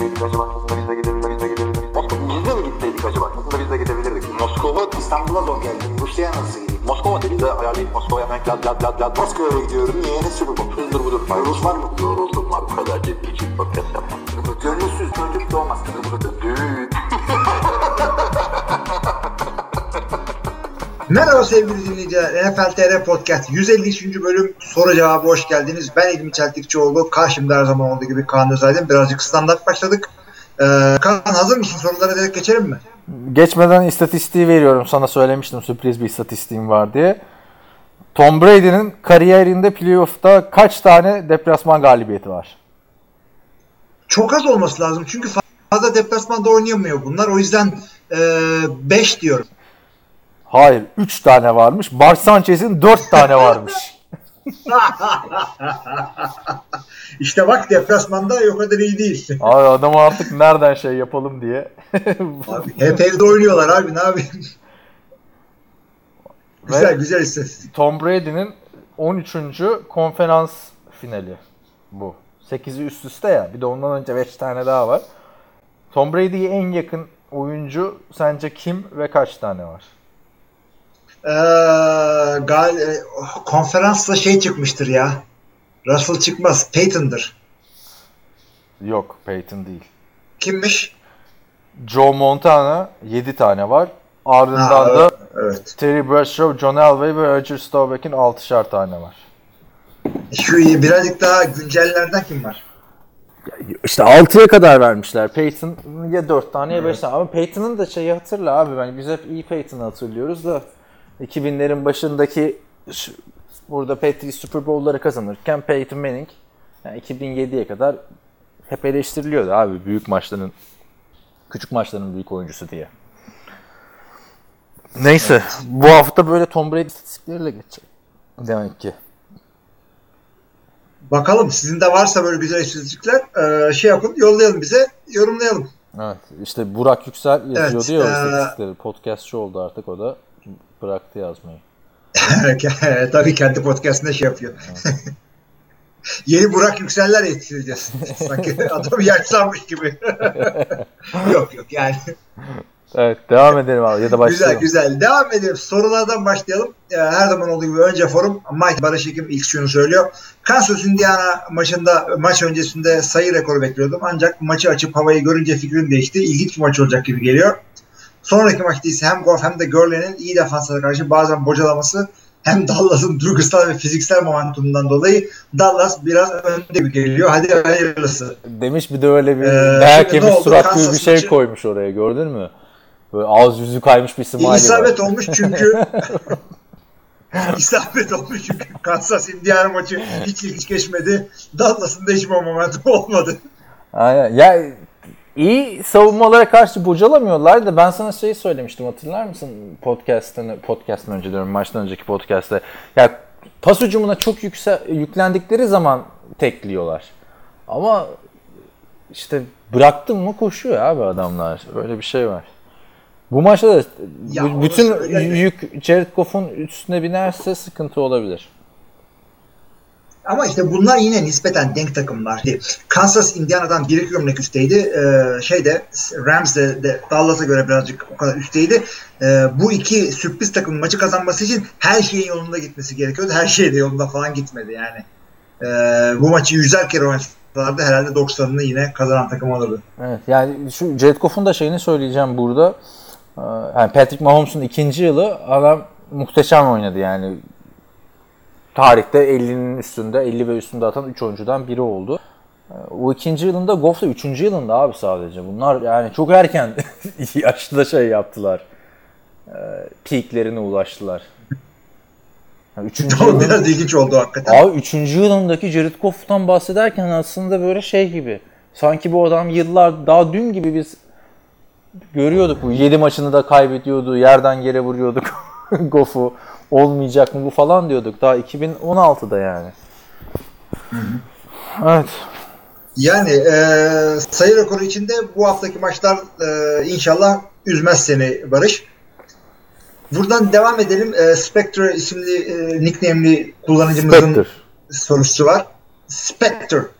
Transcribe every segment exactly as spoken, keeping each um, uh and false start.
gitseydik acaba? Aslında biz de gidebilirdik. Biz de gidebilirdik. Biz de mi gitseydik acaba? Aslında biz de gidebilirdik. Moskova, İstanbul'a zor geldim. Rusya'ya nasıl gideyim? Moskova dedi de ayarlayıp Moskova'ya hemen lad lad lad lad. Moskova'ya gidiyorum. Niye? Ne sürü bu? Hızdır budur. Rus var mı? Yoruldum var. Bu kadar ciddi için podcast yapmam. Gönülsüz çocuk doğmaz. Düğün. Merhaba sevgili dinleyiciler. N F L T R Podcast yüz elli üçüncü bölüm soru cevabı hoş geldiniz. Ben İlmi Çeltikçioğlu. Karşımda her zaman olduğu gibi Kaan Özaydın. Birazcık standart başladık. Ee, Kaan hazır mısın? Sorulara direkt geçelim mi? Geçmeden istatistiği veriyorum. Sana söylemiştim sürpriz bir istatistiğim var diye. Tom Brady'nin kariyerinde playoff'ta kaç tane deplasman galibiyeti var? Çok az olması lazım. Çünkü fazla deplasmanda oynayamıyor bunlar. O yüzden beş ee, diyorum. Hayır. üç tane varmış. Mark Sanchez'in dört tane varmış. İşte bak deplasmanda o kadar iyi değil. Abi adamı artık nereden şey yapalım diye. Abi, hep evde oynuyorlar abi ne yapayım. Güzel Ve güzel istatistik. Tom Brady'nin on üçüncü konferans finali bu. sekizi üst üste ya. Bir de ondan önce beş tane daha var. Tom Brady'ye en yakın oyuncu sence kim ve kaç tane var? Ee, gal konferansla şey çıkmıştır ya. Russell çıkmaz. Peyton'dır. Yok, Peyton değil. Kimmiş? Joe Montana yedi tane var. Ardından ha, da evet. Terry Bradshaw, John Elway ve Roger Staubach'in altışar tane var. Şu iyi birazcık daha güncellerden kim var? İşte altıya kadar vermişler. Peyton ya dört tane ya beş tane. Ama Peyton'ın da şeyi hatırla abi. Yani biz hep iyi Peyton'ı hatırlıyoruz da iki binlerin başındaki burada Patriots Super Bowl'ları kazanırken Peyton Manning yani iki bin yediye kadar hep eleştiriliyordu abi büyük maçların küçük maçların büyük oyuncusu diye. Neyse evet. Bu hafta böyle Tom Brady istatistikleriyle geçecek demek ki. Bakalım sizin de varsa böyle güzel istatistikler şey yapın yollayalım bize yorumlayalım. Evet işte Burak Yüksel yazıyordu evet, ya e... istatistikleri podcastçı oldu artık o da bıraktı yazmayı. Tabii kendi podcast'ında şey yapıyor. Evet. Yeni Burak Yükseller yetiştireceğiz. Sanki adam yaşlanmış gibi. yok yok yani. Evet devam edelim abi ya da başlayalım. Güzel güzel devam edelim. Sorulardan başlayalım. Her zaman olduğu gibi önce forum. Mike Barış Ekim ilk şunu söylüyor. Kansas Indiana maçında maç öncesinde sayı rekoru bekliyordum. Ancak maçı açıp havayı görünce fikrim değişti. İlginç bir maç olacak gibi geliyor. Sonraki maçta ise hem Goff hem de Gurley'nin iyi defanslara karşı bazen bocalaması hem Dallas'ın duygusal ve fiziksel momentumundan dolayı Dallas biraz önde gibi geliyor. Hadi hayırlısı. Demiş bir de öyle bir ee, dayak yemiş surat gibi bir şey maçı koymuş oraya gördün mü? Böyle ağız yüzü kaymış bir smiley var. İsabet olmuş çünkü İsabet olmuş çünkü Kansas Indiana maçı hiç ilginç geçmedi. Dallas'ın da hiç momentum olmadı. Aynen. Ya iyi savunmalara karşı bocalamıyorlar da ben sana şeyi söylemiştim hatırlar mısın podcast'ten podcast'tan önce diyorum maçtan önceki podcast'te. Ya pas hücumuna çok yüksel, yüklendikleri zaman tekliyorlar. Ama işte bıraktın mı koşuyor abi adamlar. Öyle bir şey var. Bu maçta da ya bütün yük Jared Goff'un üstüne binerse sıkıntı olabilir. Ama işte bunlar yine nispeten denk takımlar. Kansas Indiana'dan bir iki gömlek üstteydi. Ee, şeyde Rams de, de Dallas'a göre birazcık o kadar üstteydi. Ee, bu iki sürpriz takımın maçı kazanması için her şeyin yolunda gitmesi gerekiyordu. Her şey de yolunda falan gitmedi yani. Ee, bu maçı yüzer kere oynasalardı herhalde doksanını yine kazanan takım olurdu. Evet yani şu Jared Goff'un da şeyini söyleyeceğim burada. Yani Patrick Mahomes'un ikinci yılı adam muhteşem oynadı yani. Tarihte ellinin üstünde, elli ve üstünde atan üç oyuncudan biri oldu. O ikinci yılında Goff da üçüncü yılında abi sadece. Bunlar yani çok erken yaşta şey yaptılar. Peaklerine ulaştılar. Yani üçüncü yılın, biraz ilginç oldu hakikaten. Abi üçüncü yılındaki Jared Goff'tan bahsederken aslında böyle şey gibi. Sanki bu adam yıllar daha dün gibi biz görüyorduk bu. yedi maçını da kaybediyordu. Yerden yere vuruyorduk Goff'u. Olmayacak mı bu falan diyorduk. Daha iki bin on altıda yani. Hı hı. Evet. Yani e, sayı rekoru içinde bu haftaki maçlar e, inşallah üzmez seni Barış. Buradan devam edelim. E, Spectre isimli e, nickname'li kullanıcımızın Spectre sorusu var. Spectre.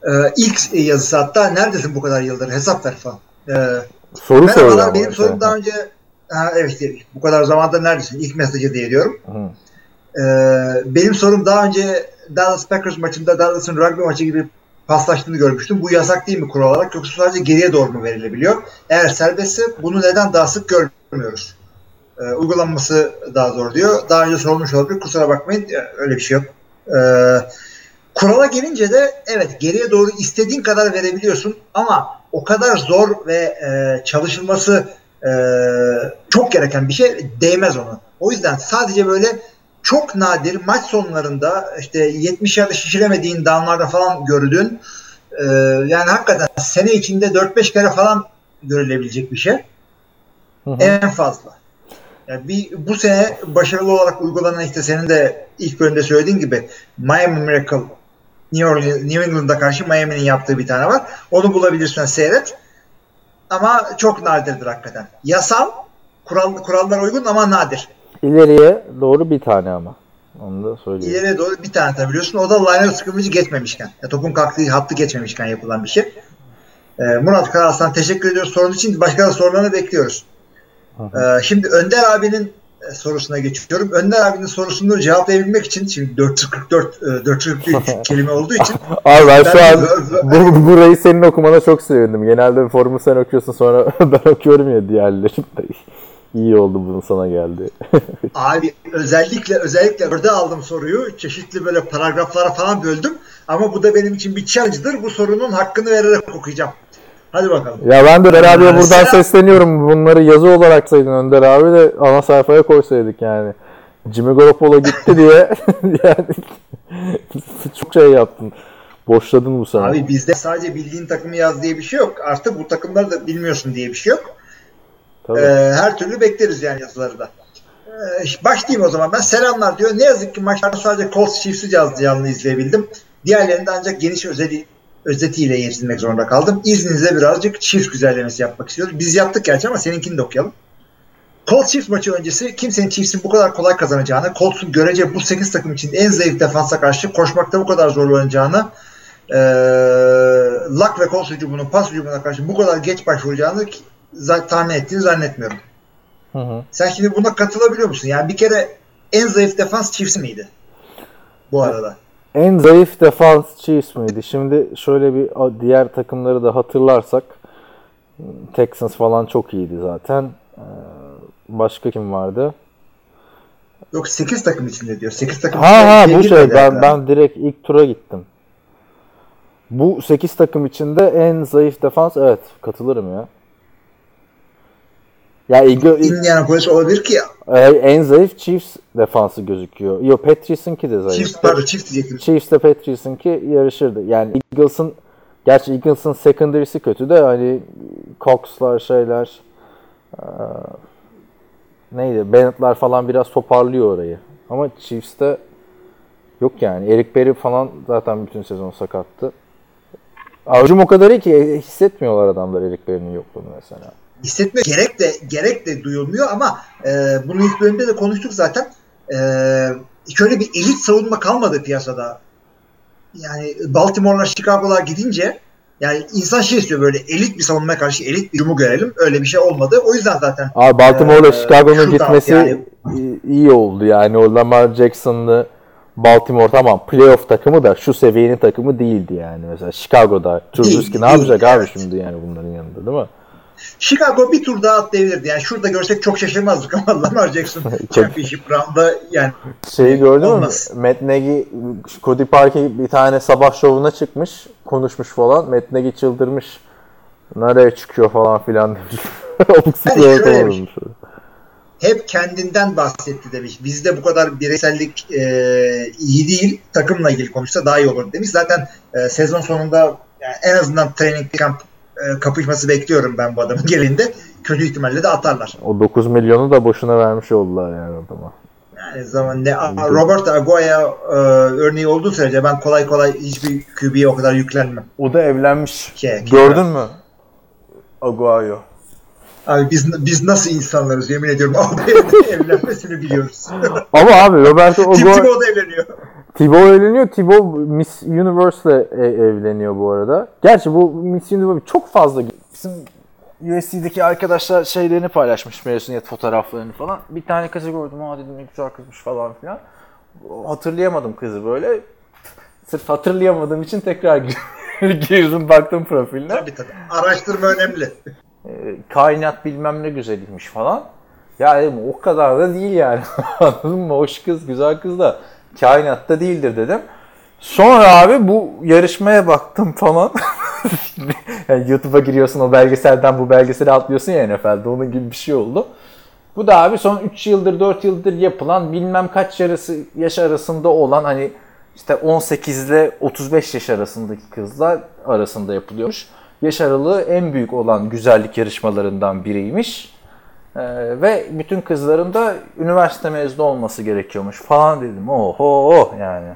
Ee, ilk yazısı hatta neredesin bu kadar yıldır hesap ver falan. Ee, Soru merhabalar benim sorum daha önce ha, evet bu kadar zamanda neredesin? İlk mesajı diye diyorum. Ee, benim sorum daha önce Dallas Packers maçında Dallas'ın rugby maçı gibi paslaştığını görmüştüm. Bu yasak değil mi kural olarak yoksa sadece geriye doğru mu verilebiliyor? Eğer serbestse bunu neden daha sık görmüyoruz? Ee, uygulanması daha zor diyor. Daha önce sorulmuş olabilir. Kusura bakmayın. Öyle bir şey yok. Ee, kurala gelince de evet geriye doğru istediğin kadar verebiliyorsun ama o kadar zor ve e, çalışılması e, çok gereken bir şey değmez ona. O yüzden sadece böyle çok nadir maç sonlarında işte yetmiş yerde şişiremediğin downlarda falan gördüğün e, yani hakikaten sene içinde dört beş kere falan görülebilecek bir şey. Hı hı. En fazla. Yani bir, bu sene başarılı olarak uygulanan işte senin de ilk bölümde söylediğin gibi Miami Miracle New Orleans, New England'a karşı Miami'nin yaptığı bir tane var. Onu bulabilirsen seyret. Ama çok nadirdir hakikaten. Yasal, kural, kurallar uygun ama nadir. İleriye doğru bir tane ama. Onu da söyleyeyim. İleriye doğru bir tane atabiliyorsun. O da line-up sıkıntı geçmemişken. Ya, topun kalktığı hattı geçmemişken yapılan bir şey. Ee, Murat Karaslan teşekkür ediyoruz sorun için. Başka da sorularını bekliyoruz. Ee, şimdi Önder abinin sorusuna geçiyorum. Önder abinin sorusunu cevaplayabilmek için şimdi dört yüz kırk dört dört yüz kırk üç kelime olduğu için abi ben, ben şu an bu, burayı senin okumana çok sevindim. Genelde forumu sen okuyorsun sonra ben okuyorum ya diğerleri. İyi oldu bunun sana geldi. Abi özellikle özellikle orada aldım soruyu. Çeşitli böyle paragraflara falan böldüm. Ama bu da benim için bir challenge'dır. Bu sorunun hakkını vererek okuyacağım. Hadi bakalım. Ya ben de Önder abiye buradan selam. Sesleniyorum. Bunları yazı olarak saydın Önder abi de ana sayfaya koysaydık yani. Jimmy Garoppolo gitti diye yani çok şey yaptın. Boşladın bu sene. Abi bizde sadece bildiğin takımı yaz diye bir şey yok. Artık bu takımları da bilmiyorsun diye bir şey yok. Ee, her türlü bekleriz yani yazıları da. Ee, başlayayım o zaman ben. Selamlar diyor. Ne yazık ki maçlarda sadece Colts Chiefs'i canlı izleyebildim. Diğerlerinde ancak geniş özeli özetiyle yetinmek zorunda kaldım. İzninizle birazcık Chiefs güzellemesi yapmak istiyoruz. Biz yaptık gerçi ama seninkini de okuyalım. Colts Chiefs maçı öncesi kimsenin Chiefs'in bu kadar kolay kazanacağını, Colts'un görece bu sekiz takım için en zayıf defansa karşı koşmakta bu kadar zorlanacağını, ee, Luck ve Colts hücumunun pas hücumuna karşı bu kadar geç başvuracağını tahmin ettiğini zannetmiyorum. Hı hı. Sen şimdi buna katılabiliyor musun? Yani bir kere en zayıf defans Chiefs miydi? Bu arada. En zayıf defans Chiefs miydi? Şimdi şöyle bir diğer takımları da hatırlarsak Texans falan çok iyiydi zaten. Başka kim vardı? Yok sekiz takım içinde diyor. sekiz takım ha ha bu şey ben, ben direkt ilk tura gittim. Bu sekiz takım içinde en zayıf defans evet katılırım ya. Ya Eagle, Indianapolis olabilir ki ya. En zayıf Chiefs defansı gözüküyor. Yo Patriots'ınki de zayıf. Chiefs pardon Chiefs diyecektim. Chiefs de Patriots'ınki yarışırdı. Yani Eagles'ın gerçi Eagles'ın secondary'si kötü de hani Cox'lar şeyler ee, neydi? Bennett'lar falan biraz toparlıyor orayı. Ama Chiefs'te yok yani. Eric Berry falan zaten bütün sezon sakattı. Hücum o kadar iyi ki hissetmiyorlar adamlar Eric Berry'nin yokluğunu mesela. Hissetmiyor. Gerek de gerek de duyulmuyor ama e, bunu ilk bölümde de konuştuk zaten. E, şöyle bir elit savunma kalmadı piyasada. Yani Baltimore'lar, Chicago'lar gidince yani insan şey istiyor böyle elit bir savunmaya karşı elit bir hücumu görelim. Öyle bir şey olmadı. O yüzden zaten Abi Baltimore'la e, Chicago'nun gitmesi yani. iyi oldu yani. O Lamar Jackson'lı Baltimore tamam playoff takımı da şu seviyenin takımı değildi yani. Mesela Chicago'da Trubisky ne yapacak değil, abi evet. Şimdi yani bunların yanında değil mi? Chicago bir tur daha atlayabilirdi. Yani şurada görsek çok şaşırmazdık ama Lamar Jackson Championship round'da yani şeyi gördün mü? Matt Nagy, Cody Parkey bir tane sabah şovuna çıkmış, konuşmuş falan. Matt Nagy çıldırmış. Nereye çıkıyor falan filan demiş. Yani şöyle bir, hep kendinden bahsetti demiş. Bizde bu kadar bireysellik e, iyi değil. Takımla ilgili konuşsa daha iyi olur demiş. Zaten e, sezon sonunda yani en azından training camp e, kapışması bekliyorum ben bu adamın gelinde. Kötü ihtimalle de atarlar. O dokuz milyonu da boşuna vermiş oldular yani adama. Yani zaman ne Robert Aguaya e, örneği olduğu sürece ben kolay kolay hiçbir Q B'ye o kadar yüklenmem. O da evlenmiş. Şey, gördün mü? Aguayo. Abi biz biz nasıl insanlarız yemin ediyorum. Abi evlenmesini biliyoruz. Ama abi Roberto Aguayo Tip o da evleniyor. Tebow evleniyor. Tebow Miss Universe'le e- evleniyor bu arada. Gerçi bu Miss Universe çok fazla. Bizim U F C'deki arkadaşlar şeylerini paylaşmış, mezuniyet fotoğraflarını falan. Bir tane kızı gördüm. Aa dedim ne güzel kızmış falan filan. Hatırlayamadım kızı böyle. Sırf hatırlayamadığım için tekrar girdim baktım profiline. Tabii tabii. Araştırma önemli. E, kainat bilmem ne güzelmiş falan. Ya dedim o kadar da değil yani. Anladın mı? Hoş kız, güzel kız da kainatta değildir dedim. Sonra abi bu yarışmaya baktım falan. Yani YouTube'a giriyorsun, o belgeselden bu belgeseli atlıyorsun ya N F L'de, onun gibi bir şey oldu. Bu da abi son üç yıldır dört yıldır yapılan bilmem kaç yarısı, yaş arasında olan hani işte on sekiz ile otuz beş yaş arasındaki kızlar arasında yapılıyormuş. Yaş aralığı en büyük olan güzellik yarışmalarından biriymiş. Ee, ve bütün kızların da üniversite mezunu olması gerekiyormuş falan dedim. Oho yani.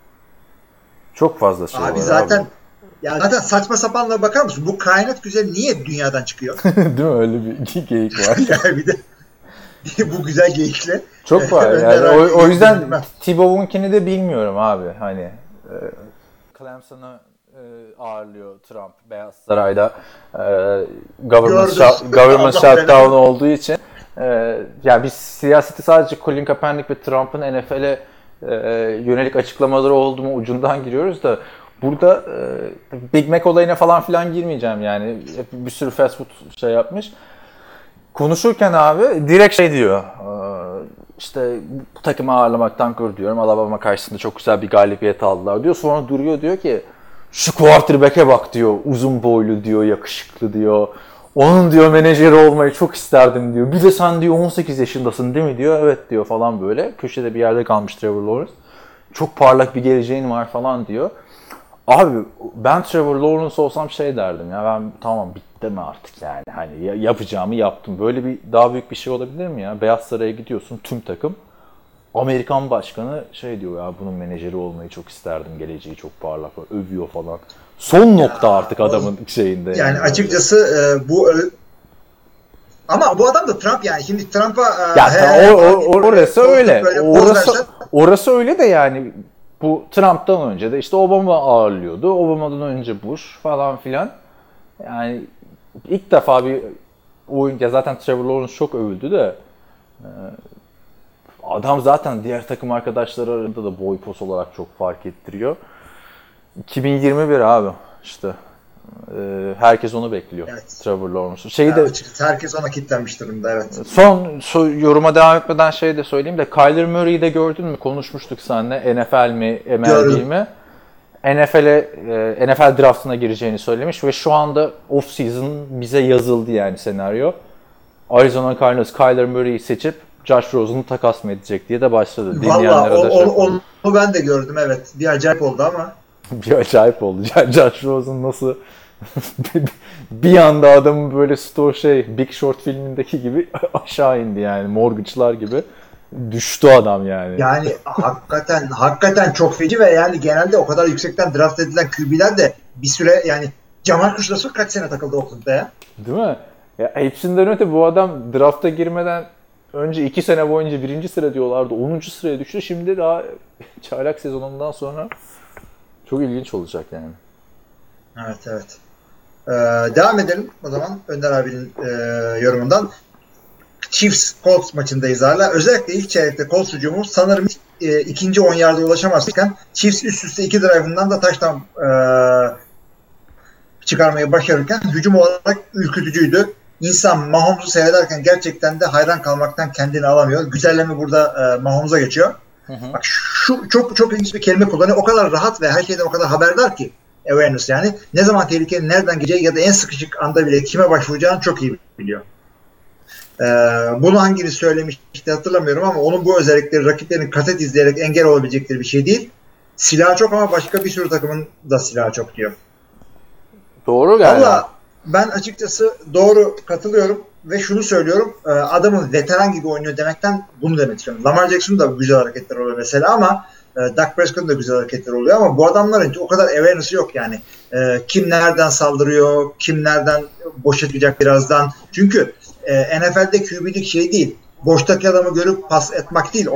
Çok fazla şey abi var zaten, abi. Ya zaten saçma sapanla bakar mısın? Bu kainat güzel niye dünyadan çıkıyor? Değil mi? Öyle bir geyik var. Yani bir de bu güzel geyikle. Çok var yani. O, o yüzden Tebow'unkini de bilmiyorum abi. Hani e, Clemson'ı e, ağırlıyor Trump Beyaz Saray'da e, government, shut, government shutdown olduğu için. E, yani biz siyaseti sadece Colin Kaepernick ve Trump'ın N F L'e e, yönelik açıklamaları oldu mu ucundan giriyoruz da burada e, Big Mac olayına falan filan girmeyeceğim yani. Hep bir sürü fast food şey yapmış. Konuşurken abi direkt şey diyor, işte bu takımı ağırlamaktan gurur duyuyorum. Alabama karşısında çok güzel bir galibiyet aldılar diyor. Sonra duruyor diyor ki şu quarterback'e bak diyor, uzun boylu diyor, yakışıklı diyor. Onun diyor menajeri olmayı çok isterdim diyor. Bir de sen diyor on sekiz yaşındasın değil mi diyor. Evet diyor falan böyle. Köşede bir yerde kalmış Trevor Lawrence. Çok parlak bir geleceğin var falan diyor. Abi ben Trevor Lawrence olsam şey derdim ya, ben tamam bitti mi artık yani, hani yapacağımı yaptım. Böyle bir daha büyük bir şey olabilir mi ya? Beyaz Saray'a gidiyorsun, tüm takım Amerikan başkanı şey diyor ya, bunun menajeri olmayı çok isterdim, geleceği çok parlak, övüyor falan. Son nokta artık adamın şeyinde. Yani, yani açıkçası e, bu ama bu adam da Trump yani, şimdi Trump'a e, ya he, o, o, orası öyle. Orası, versen... orası öyle de yani. Bu Trump'tan önce de işte Obama ağırlıyordu. Obama'dan önce Bush falan filan. Yani ilk defa bir oyun, ya zaten Trevor Lawrence çok övüldü de adam zaten diğer takım arkadaşları arasında da boy pos olarak çok fark ettiriyor. iki bin yirmi bir abi işte. Herkes onu bekliyor. Evet. Trevor Lawrence'u. Şeyi de, herkes ona kilitlenmiş durumda, evet. Son so, yoruma devam etmeden şey de söyleyeyim de, Kyler Murray'i de gördün mü? Konuşmuştuk seninle. N F L mi, M L B mi? N F L'e N F L draftına gireceğini söylemiş ve şu anda off season bize yazıldı yani senaryo. Arizona Cardinals Kyler Murray'i seçip Josh Rosen'ı takas mı edecek diye de başladı. Valla onu o, ben de gördüm, evet. Bir acayip oldu ama. Bir acayip oldu. Josh Rosen nasıl bir anda adamın böyle store şey Big Short filmindeki gibi aşağı indi yani, mortgage'lar gibi düştü adam yani. Yani hakikaten hakikaten çok feci ve yani genelde o kadar yüksekten draft edilen Q B'ler de bir süre yani, Jamarcus Russell kaç sene takıldı Oakland'da ya? Değil mi? Ya hepsinden öte bu adam drafta girmeden önce iki sene boyunca birinci sıra diyorlardı. onuncu sıraya düştü. Şimdi daha çaylak sezonundan sonra çok ilginç olacak yani. Evet evet. Ee, devam edelim o zaman Önder abinin e, yorumundan. Chiefs Colts maçındayız hala. Özellikle ilk çeyrekte Colts hücumu sanırım e, ikinci on yarda ulaşamazken Chiefs üst üste iki drive'ından da taştan e, çıkarmayı başarırken hücum olarak ürkütücüydü. İnsan Mahomes'u seyrederken gerçekten de hayran kalmaktan kendini alamıyor. Güzelleme burada e, Mahomes'a geçiyor. Hı hı. Bak şu çok çok ilginç bir kelime kullanıyor. O kadar rahat ve her şeyden o kadar haberdar ki, awareness yani. Ne zaman tehlikenin nereden geleceği ya da en sıkışık anda bile kime başvuracağını çok iyi biliyor. Ee, bunu hangini söylemişti hatırlamıyorum ama onun bu özellikleri rakiplerini kaset izleyerek engel olabilecekleri bir şey değil. Silahı çok ama başka bir sürü takımın da silahı çok diyor. Doğru yani. Valla ben açıkçası doğru katılıyorum ve şunu söylüyorum. Adamın veteran gibi oynuyor demekten bunu demek istiyorum. Lamar Jackson'ın da güzel hareketler oluyor mesela ama Dak Prescott'un da güzel hareketler oluyor ama bu adamların o kadar awareness'ı yok yani. Kim nereden saldırıyor, kim nereden boş atacak birazdan. Çünkü N F L'de Q B'lik şey değil. Boştaki adamı görüp pas etmek değil. Onu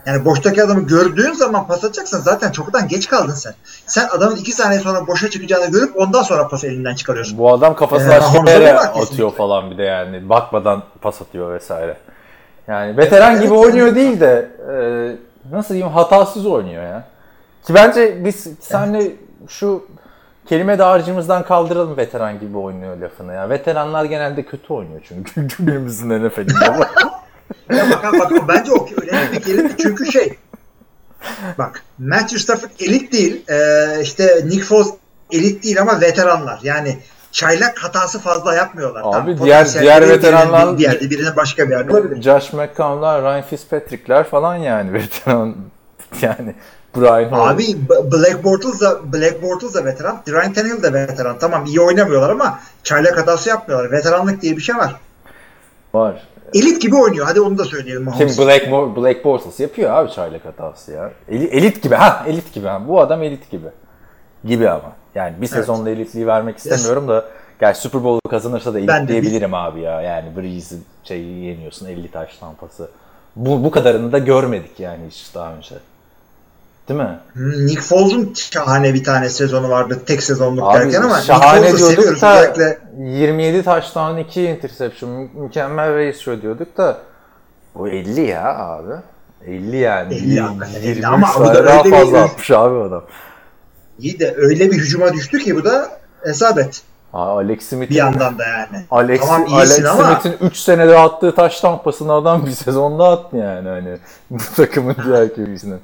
Yani boştaki adamı gördüğün zaman pas atacaksan zaten çoktan geç kaldın sen. Sen adamın iki saniye sonra boşa çıkacağını görüp ondan sonra pası elinden çıkarıyorsun. Bu adam kafasına Ee, yere var atıyor kesinlikle. falan bir de yani. Bakmadan pas atıyor vesaire. Yani veteran Evet, gibi evet, oynuyor evet. değil de e, nasıl diyeyim hatasız oynuyor ya. Ki bence biz seninle şu kelime dağarcığımızdan kaldıralım veteran gibi oynuyor lafını ya. Veteranlar genelde kötü oynuyor çünkü günümüzün N F L'inde. Ya bak, bak bence o önemli bir kelime çünkü şey bak Matthew Stafford elit değil ee, işte Nick Foles elit değil ama veteranlar yani çaylak hatası fazla yapmıyorlar. Abi tamam, diğer potansiyel diğer bir veteranlar bir yerde birine başka bir yerde olabilir. Josh McCown'lar, Ryan Fitzpatrick'ler falan yani veteran yani Brian Hall. Abi Black Bortles da Black Bortles da veteran, Ryan Tannehill de veteran. Tamam iyi oynamıyorlar ama çaylak hatası yapmıyorlar. Veteranlık diye bir şey var. Var. Elit gibi oynuyor. Hadi onu da söyleyelim. Kim Black Black Bortles yapıyor abi çaylak hatası ya. Elit, elit gibi ha elit gibi ha. Bu adam elit gibi. Gibi ama. Yani bir sezonda evet. elitliği vermek istemiyorum da gerçi Super Bowl kazanırsa da elit ben diyebilirim de abi ya. Yani Breeze şeyi yeniyorsun elli taş tampası. Bu bu kadarını da görmedik yani hiç daha önce. Değil mi? Nick Foles'un şahane bir tane sezonu vardı tek sezonluk abi, derken ama şahane Nick Foles'u diyorduk da özellikle... yirmi yedi taştan iki interception mükemmel ratio diyorduk da bu elli ya abi. elli yani. elli yirmi ama bu da daha fazla bir... atmış abi adam. İyi de öyle bir hücuma düştü ki bu da hesap et. Aa, Alex Smith'in bir yandan da yani. Alex, tamam Alex ama... Smith'in üç senede attığı taş tampasını adam bir sezonda attı yani hani bu takımın diğer köşesine.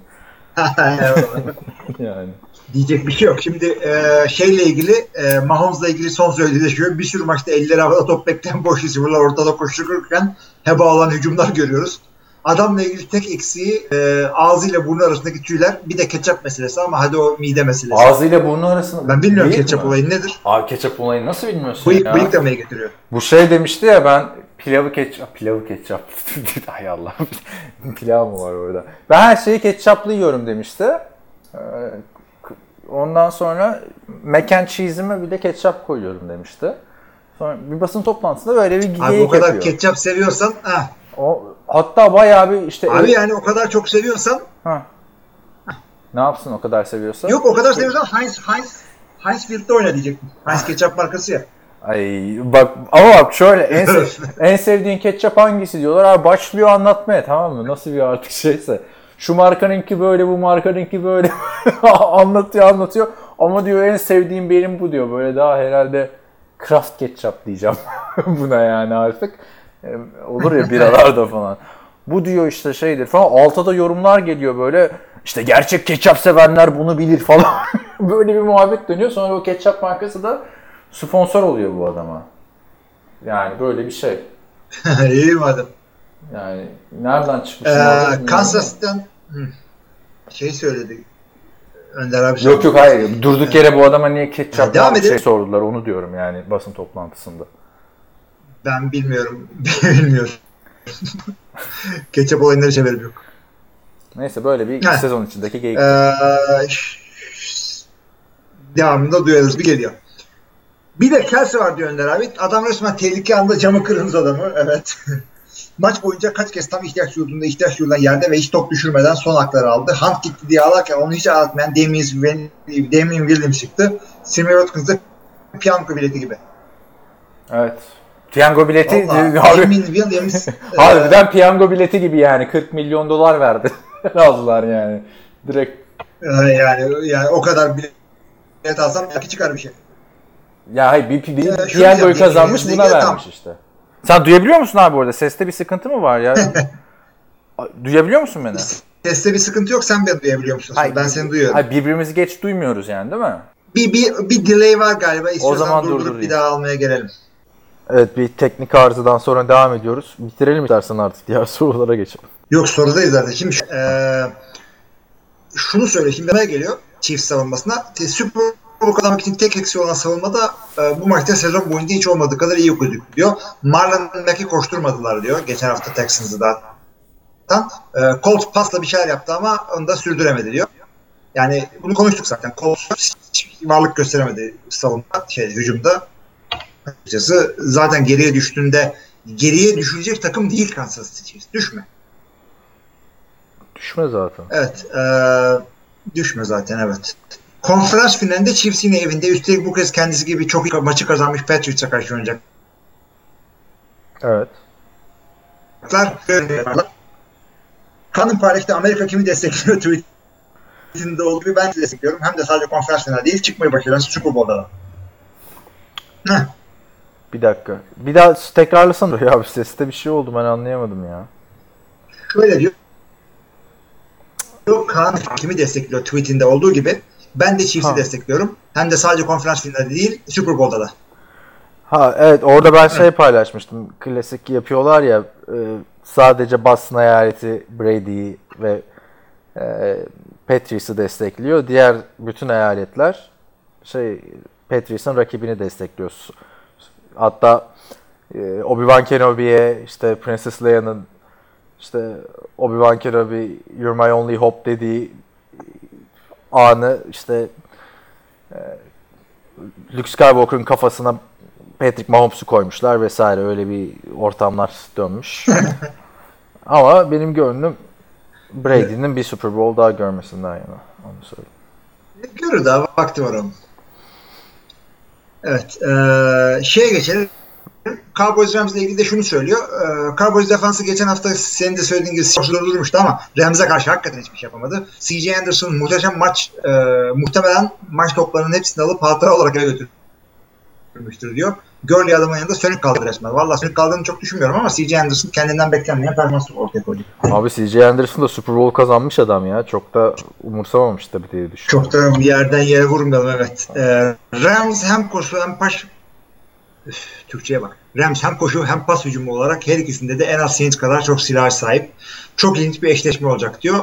yani. Diyecek bir şey yok. Şimdi e, şeyle ilgili e, Mahomes'la ilgili son söylediği şey bir sürü maçta elleri havada top bekleyen boş receiver'lar ortada koştururken heba olan hücumlar görüyoruz. Adamla ilgili tek eksiği e, ağzıyla burnu arasındaki tüyler bir de ketçap meselesi ama hadi o mide meselesi. Ağzıyla burnu arasında. Ben bilmiyorum ketçap olayı nedir? Abi ketçap olayı nasıl bilmiyorsun bıyık, ya? Bıyık demeye getiriyor. Bu şey demişti ya ben pilavı ketçap, pilavı ketçap. Hay Allah. Pilav mı var orada? Ben her şeyi ketçaplı yiyorum demişti. Ondan sonra mac and cheese'ime bir de ketçap koyuyorum demişti. Sonra bir basın toplantısında böyle bir geyik yapıyor. Abi o kadar yapıyor. Ketçap seviyorsan ha. O hatta bayağı bir işte abi yani o kadar çok seviyorsan ha. Ne yapsın o kadar seviyorsa? Yok o kadar seviyorsan Heinz Heinz Heinz Field'de oyna diyecektim. Heinz ketçap markası ya. Ay bak ama bak şöyle en, sev, en sevdiğin ketçap hangisi diyorlar. Abi başlıyor anlatmaya tamam mı? Nasıl bir artık şeyse. Şu markanınki böyle bu markanınki böyle anlatıyor anlatıyor. Ama diyor en sevdiğim benim bu diyor. Böyle daha herhalde Kraft ketçap diyeceğim buna yani artık. Olur ya biralarda falan. Bu diyor işte şeydir falan. Altta da yorumlar geliyor böyle. İşte gerçek ketçap sevenler bunu bilir falan. Böyle bir muhabbet dönüyor. Sonra o ketçap markası da sponsor oluyor bu adama. Yani böyle bir şey. İyi madem. Yani nereden çıkmış? Ee, Kansas'tan şey söyledi. Önder abi. Yok yok hayır. Durduk yere bu adama niye ketçap devam bir şey edelim. sordular onu diyorum yani basın toplantısında. Ben bilmiyorum. bilmiyorum. Ketçap olayları hiç haberim yok. Neyse böyle bir ha. sezon içindeki geyik. Ee, devamında duyarız bir geliyor. Bir de Kelsey var diyor Önder abi. Adam resmen tehlike anında camı kırınız adamı. Evet. Maç boyunca kaç kez tam ihtiyaç duyduğunda ihtiyaç duyulan yerde ve hiç top düşürmeden son hakları aldı. Hunt gitti diye ağlarken onu hiç ağlatmayan Damien Williams çıktı. Sammy Watkins de piyango bileti gibi. Evet. Piyango bileti. Damien Williams. Harbiden e, piyango bileti gibi yani. kırk milyon dolar verdi. Aldılar yani. Direkt. Yani, yani o kadar bilet alsam belki çıkar bir şey. Ya hayır bir, bir, bir ee, piyangoyu kazanmış buna vermiş tam. işte. Sen duyabiliyor musun abi orada? Seste bir sıkıntı mı var ya? Duyabiliyor musun beni? Seste bir sıkıntı yok. Sen beni duyabiliyor musun? Hayır, ben seni duyuyorum. Hayır, birbirimizi geç duymuyoruz yani değil mi? Bir bir bir delay var galiba. İstiyorsan o zaman durdurup durdurayım. Bir daha almaya gelelim. Evet bir teknik arızadan sonra devam ediyoruz. Bitirelim istersen artık diğer sorulara geçelim. Yok sorudayız zaten. Şimdi ee, şunu söyle. Şimdi bana geliyor Chiefs savunmasına. Super Bowl kazanmak için tek eksiği olan savunmada e, bu maçta sezon boyunca hiç olmadığı kadar iyi gözüktü diyor. Marlon Mack'i koşturmadılar diyor. Geçen hafta Texans'ı da. E, Colts pasla bir şeyler yaptı ama onu da sürdüremedi diyor. Yani bunu konuştuk zaten. Colts hiç varlık gösteremedi savunma, şey, hücumda. Açıkçası zaten geriye düştüğünde geriye düşecek takım değil Kansas City Chiefs. Düşme. Düşme zaten. Evet. E, düşme zaten evet. Konferans finalinde Chiefs yine evinde. Üstelik bu kez kendisi gibi çok iyi maçı kazanmış Patriots'a karşı oynayacak. Evet. Kanın Parek'te Amerika kimi destekliyor tweetinde olduğu gibi ben de destekliyorum. Hem de sadece konferans finali değil, çıkmayı başaran Super Bowl'da. Heh. Bir dakika. Bir daha tekrarlasana ya, bir seste bir şey oldu, ben anlayamadım ya. Şöyle diyor. Kaan kimi destekliyor tweetinde olduğu gibi ben de Chiefs'i destekliyorum. Hem de sadece konferans finali değil, Super Bowl'da da. Ha evet, orada ben şey paylaşmıştım. Klasik yapıyorlar ya, sadece Boston eyaleti Brady'yi ve e, Patriots'ı destekliyor. Diğer bütün eyaletler şey Patriots'ın rakibini destekliyor. Hatta e, Obi-Wan Kenobi'ye işte Princess Leia'nın işte Obi-Wan Kenobi "You're my only hope" dediği anı işte e, Luke Skywalker'ın kafasına Patrick Mahomes'u koymuşlar vesaire, öyle bir ortamlar dönmüş. Ama benim gönlüm Brady'nin bir Super Bowl daha görmesinden yana. Onu söyleyeyim. Görür daha vakti var onun. Evet. Ee, şeye geçelim. Cowboys Rams'la ilgili de şunu söylüyor. Ee, Cowboys defansı geçen hafta senin de söylediğin gibi Seahawks'u durmuştu ama Rams'e karşı hakikaten hiçbir şey yapamadı. C J Anderson muhteşem maç e, muhtemelen maç toplarının hepsini alıp hatıra olarak eve götürmüştür diyor. Gurley adamın yanında sönük kaldı resmen. Valla sönük kaldığını çok düşünmüyorum ama C J Anderson kendinden beklenmeyen performans ortaya koydu. Abi C J Anderson da Super Bowl kazanmış adam ya. Çok da umursamamış tabii diye düşünüyorum. Çok da bir yerden yere vurmayalım evet. Ee, Rams hem koşu hem paş Üf, Türkçe'ye bak. Rams hem koşu hem pas hücumu olarak her ikisinde de en az Saints kadar çok silah sahip. Çok ilginç bir eşleşme olacak diyor.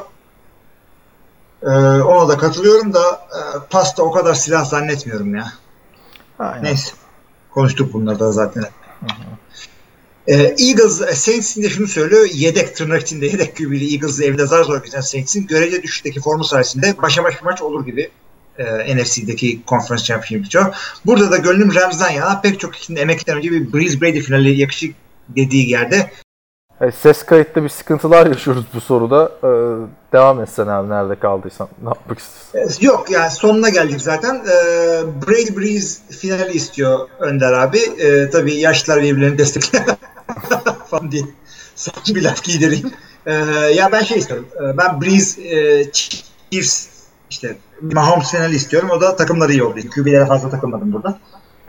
Ee, ona da katılıyorum da e, pasta o kadar silah zannetmiyorum ya. Aynen. Neyse. Konuştuk bunları da zaten. Hı hı. Ee, Eagles, Saints'in de şunu söylüyor. Yedek tırnak içinde yedek Q B'li Eagles'ı evinde zar zor geçen Saints'in görece düşüşteki formu sayesinde başa baş bir maç olur gibi. E, N F C'deki Conference Championship'ı. Burada da gönlüm Rams'dan yana, pek çok kişinin emekten önce bir Breeze Brady finali yakışık dediği yerde. Evet, ses kayıtta bir sıkıntılar yaşıyoruz bu soruda. Ee, devam etsen abi, nerede kaldıysan. Ne yapmak istiyorsun? Yok yani sonuna geldik zaten. Ee, Brady Breeze finali istiyor Önder abi. Ee, tabii yaşlılar birbirlerini destekler falan diye son bir laf giydireyim. Ee, ya ben şey istiyorum. Ee, ben Breeze e, Chiefs işte Mahomes finali istiyorum. O da takımları iyi oldu. Q B'lere fazla takılmadım burada.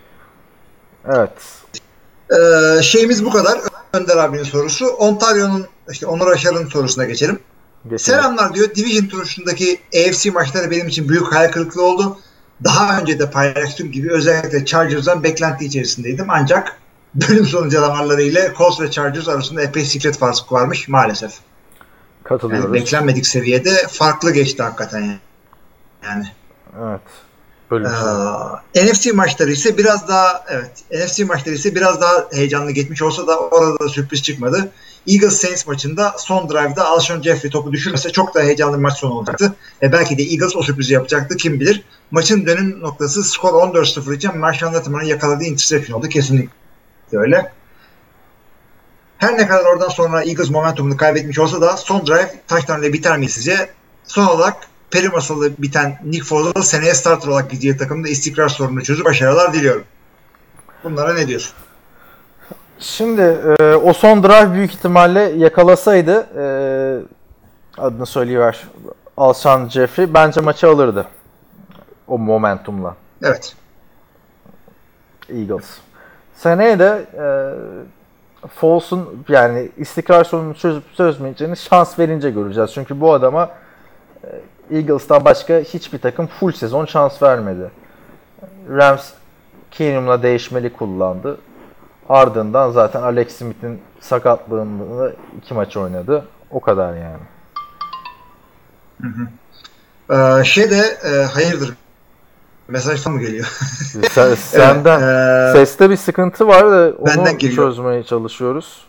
Evet. Ee, şeyimiz bu kadar. Önder abinin sorusu. Ontario'nun işte Onur Aşar'ın sorusuna geçelim. Geçelim. Selamlar diyor. Division turuşundaki A F C maçları benim için büyük hayal kırıklığı oldu. Daha önce de paylaştığım gibi özellikle Chargers'dan beklenti içerisindeydim. Ancak bölüm sonu canavarları ile Colts ve Chargers arasında epey siklet farkı varmış maalesef. Katılıyoruz. Yani beklenmedik seviyede farklı geçti hakikaten yani. yani. Evet. Bölüm sonu. Ee, N F C maçları ise biraz daha evet N F C maçları ise biraz daha heyecanlı geçmiş olsa da orada da sürpriz çıkmadı. Eagles Saints maçında son drive'da Alshon Jeffrey topu düşürmese çok daha heyecanlı bir maç sonu olacaktı. Ve belki de Eagles o sürprizi yapacaktı. Kim bilir. Maçın dönüm noktası skor on dört sıfır için Marshall Lattimer'ın yakaladığı interception oldu. Kesinlikle öyle. Her ne kadar oradan sonra Eagles momentumunu kaybetmiş olsa da son drive touchdown ile biter mi sizce? Son olarak peri masalı biten Nick Foles seneye starter olarak gideceği takımda istikrar sorununu çözüp başarılar diliyorum. Bunlara ne diyorsun? Şimdi e, o son drive büyük ihtimalle yakalasaydı e, adını söyleyiver Alshon Jeffrey bence maçı alırdı. O momentumla. Evet. Eagles. Seneye de e, Foles'un yani istikrar sorununu çözüp çözmeyeceğini şans verince göreceğiz. Çünkü bu adama e, Eagles'tan başka hiçbir takım full sezon şans vermedi. Rams Keenum'la değişmeli kullandı. Ardından zaten Alex Smith'in sakatlığında iki maç oynadı. O kadar yani. Hı hı. Ee, şey de e, hayırdır mesaj mı geliyor? Sen, senden evet, e, seste bir sıkıntı var da onu çözmeye çalışıyoruz.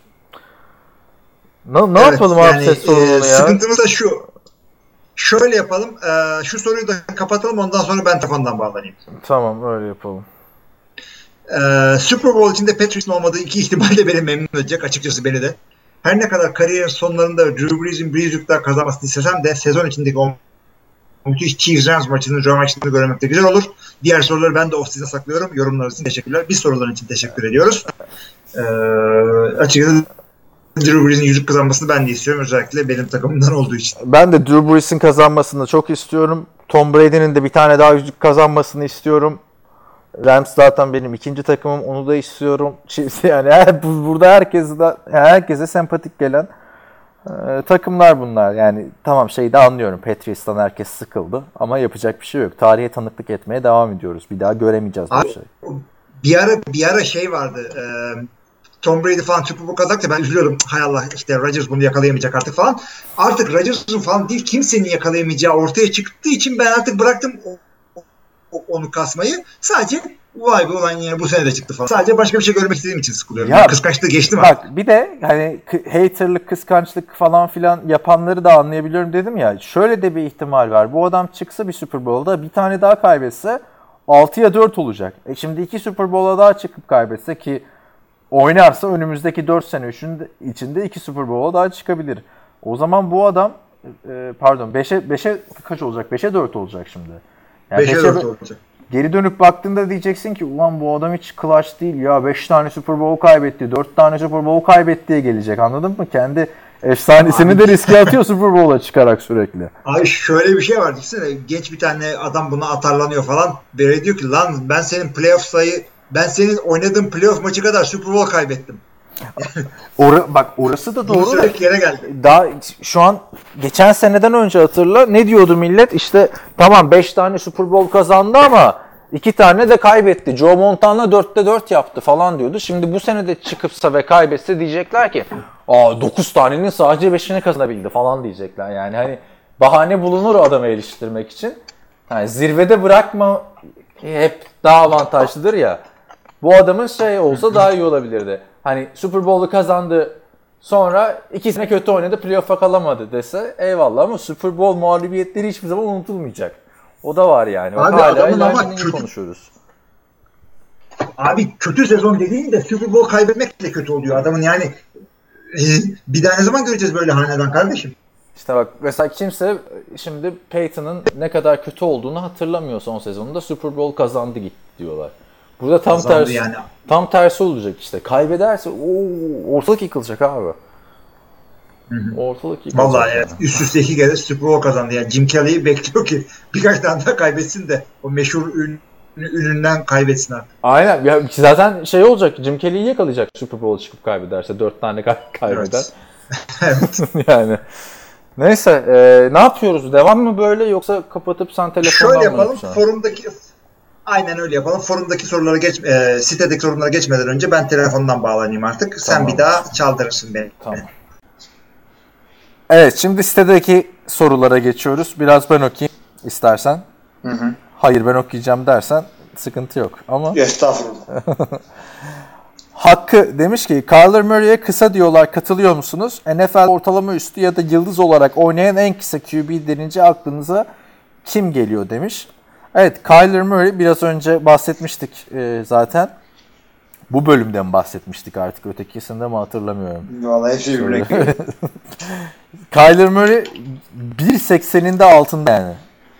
Ne, ne evet, yapalım yani, abi ses sorununu e, ya? Sıkıntımız da şu. Şöyle yapalım. E, şu soruyu da kapatalım. Ondan sonra ben telefondan bağlanayım. Tamam öyle yapalım. Ee, Super Bowl içinde Patriots'ın olmadığı iki ihtimal de beni memnun edecek. Açıkçası beni de. her ne kadar kariyerin sonlarında Drew Brees'in bir yüzük daha kazanmasını istesem de sezon içindeki o müthiş Chiefs-Rams maçını, Joe maçını görmek de güzel olur. Diğer soruları ben de off-season'a saklıyorum. Yorumlarınız için teşekkürler. Biz soruların için teşekkür ediyoruz. Ee, açıkçası Drew Brees'in yüzük kazanmasını ben de istiyorum. Özellikle benim takımımdan olduğu için. Ben de Drew Brees'in kazanmasını çok istiyorum. Tom Brady'nin de bir tane daha yüzük kazanmasını istiyorum. Rams zaten benim ikinci takımım. Onu da istiyorum. Chiefs yani her, burada herkese de, herkese sempatik gelen e, takımlar bunlar. Yani tamam şeyi de anlıyorum. Patriots'tan herkes sıkıldı. Ama yapacak bir şey yok. Tarihe tanıklık etmeye devam ediyoruz. Bir daha göremeyeceğiz bu şey. Bir ara bir ara şey vardı. E, Tom Brady falan Super Bowl kazandı. Ben üzülüyordum. Hay Allah işte Rodgers bunu yakalayamayacak artık falan. Artık Rodgers'ın falan değil kimsenin yakalayamayacağı ortaya çıktığı için ben artık bıraktım o, o, onu kasmayı. Sadece vay be olan yani bu sene de çıktı falan. Sadece başka bir şey görmek istediğim için sıkılıyorum. Ya, kıskançlığı geçtim bak, artık. Bir de hani haterlık, kıskançlık falan filan yapanları da anlayabiliyorum dedim ya. Şöyle de bir ihtimal var. Bu adam çıksa bir Super Bowl'da bir tane daha kaybetse altıya dört olacak. E şimdi iki Super Bowl'a daha çıkıp kaybetse ki oynarsa önümüzdeki dört sene içinde iki Super Bowl'a daha çıkabilir. O zaman bu adam e, pardon beşe beşe kaç olacak? beşe dört olacak şimdi. Yani beşe dört olacak. Geri dönüp baktığında diyeceksin ki ulan bu adam hiç clutch değil ya. beş tane Super Bowl kaybetti. dört tane Super Bowl kaybetti diye gelecek. Anladın mı? Kendi efsanesini abi de riske atıyor Super Bowl'a çıkarak sürekli. Abi şöyle bir şey var. Düşünsene genç bir tane adam buna atarlanıyor falan. Böyle diyor ki lan ben senin playoff sayı ben senin oynadığın playoff maçı kadar Super Bowl kaybettim. Or- bak orası da doğru. Sürekli yere geldi. Daha şu an geçen seneden önce hatırla ne diyordu millet? İşte tamam beş tane Super Bowl kazandı ama iki tane de kaybetti. Joe Montana dörtte dört yaptı falan diyordu. Şimdi bu sene de çıkıpsa ve kaybetse diyecekler ki aa dokuz tanenin sadece beşini kazanabildi falan diyecekler. Yani hani bahane bulunur adamı eleştirmek için. Yani zirvede bırakma hep daha avantajlıdır ya. Bu adamın şey olsa daha iyi olabilirdi. Hani Super Bowl'u kazandı sonra ikisine kötü oynadı playoff'a kalamadı dese eyvallah ama Super Bowl mağlubiyetleri hiçbir zaman unutulmayacak. O da var yani. Abi hala adamın ama kötü, konuşuyoruz. Abi kötü sezon dediğin de Super Bowl kaybetmek de kötü oluyor. Adamın yani e, bir daha ne zaman göreceğiz böyle hanedan kardeşim? İşte bak mesela kimse şimdi Peyton'ın ne kadar kötü olduğunu hatırlamıyor son sezonunda. Super Bowl kazandı gitti diyorlar. Burada tam kazandı tersi yani. Tam tersi olacak işte. Kaybederse ooo ortalık yıkılacak abi. Hı hı. Ortalık yıkılacak. Vallahi evet. Üst üste iki kere Super Bowl kazandı. Yani Jim Kelly'yi bekliyor ki birkaç tane daha kaybetsin de o meşhur ün, ününden kaybetsin artık. Aynen. Ya zaten şey olacak. Jim Kelly'yi yakalayacak Super Bowl'a çıkıp kaybederse. Dört tane kay- kaybeder. Evet. Yani. Neyse. E, ne yapıyoruz? Devam mı böyle yoksa kapatıp sen telefondan Şöyle mı yapalım. yapacaksın? Forumdaki aynen öyle yapalım. Forumdaki sorulara geç, e, sitedeki sorulara geçmeden önce ben telefondan bağlanayım artık. Sen Tamam. bir daha çaldırırsın beni. Tamam. Evet, şimdi sitedeki sorulara geçiyoruz. Biraz ben okuyayım istersen. Hı hı. Hayır ben okuyacağım dersen sıkıntı yok. Ama Estağfurullah. Hakkı demiş ki Kyler Murray'e kısa diyorlar, katılıyor musunuz? N F L ortalama üstü ya da yıldız olarak oynayan en kısa Q B denince aklınıza kim geliyor demiş. Evet, Kyler Murray biraz önce bahsetmiştik e, zaten. Bu bölümden bahsetmiştik artık. Ötekisinde mi hatırlamıyorum. Vallahi hepsi birbirine giriyor. Kyler Murray bir sekseninde altında yani.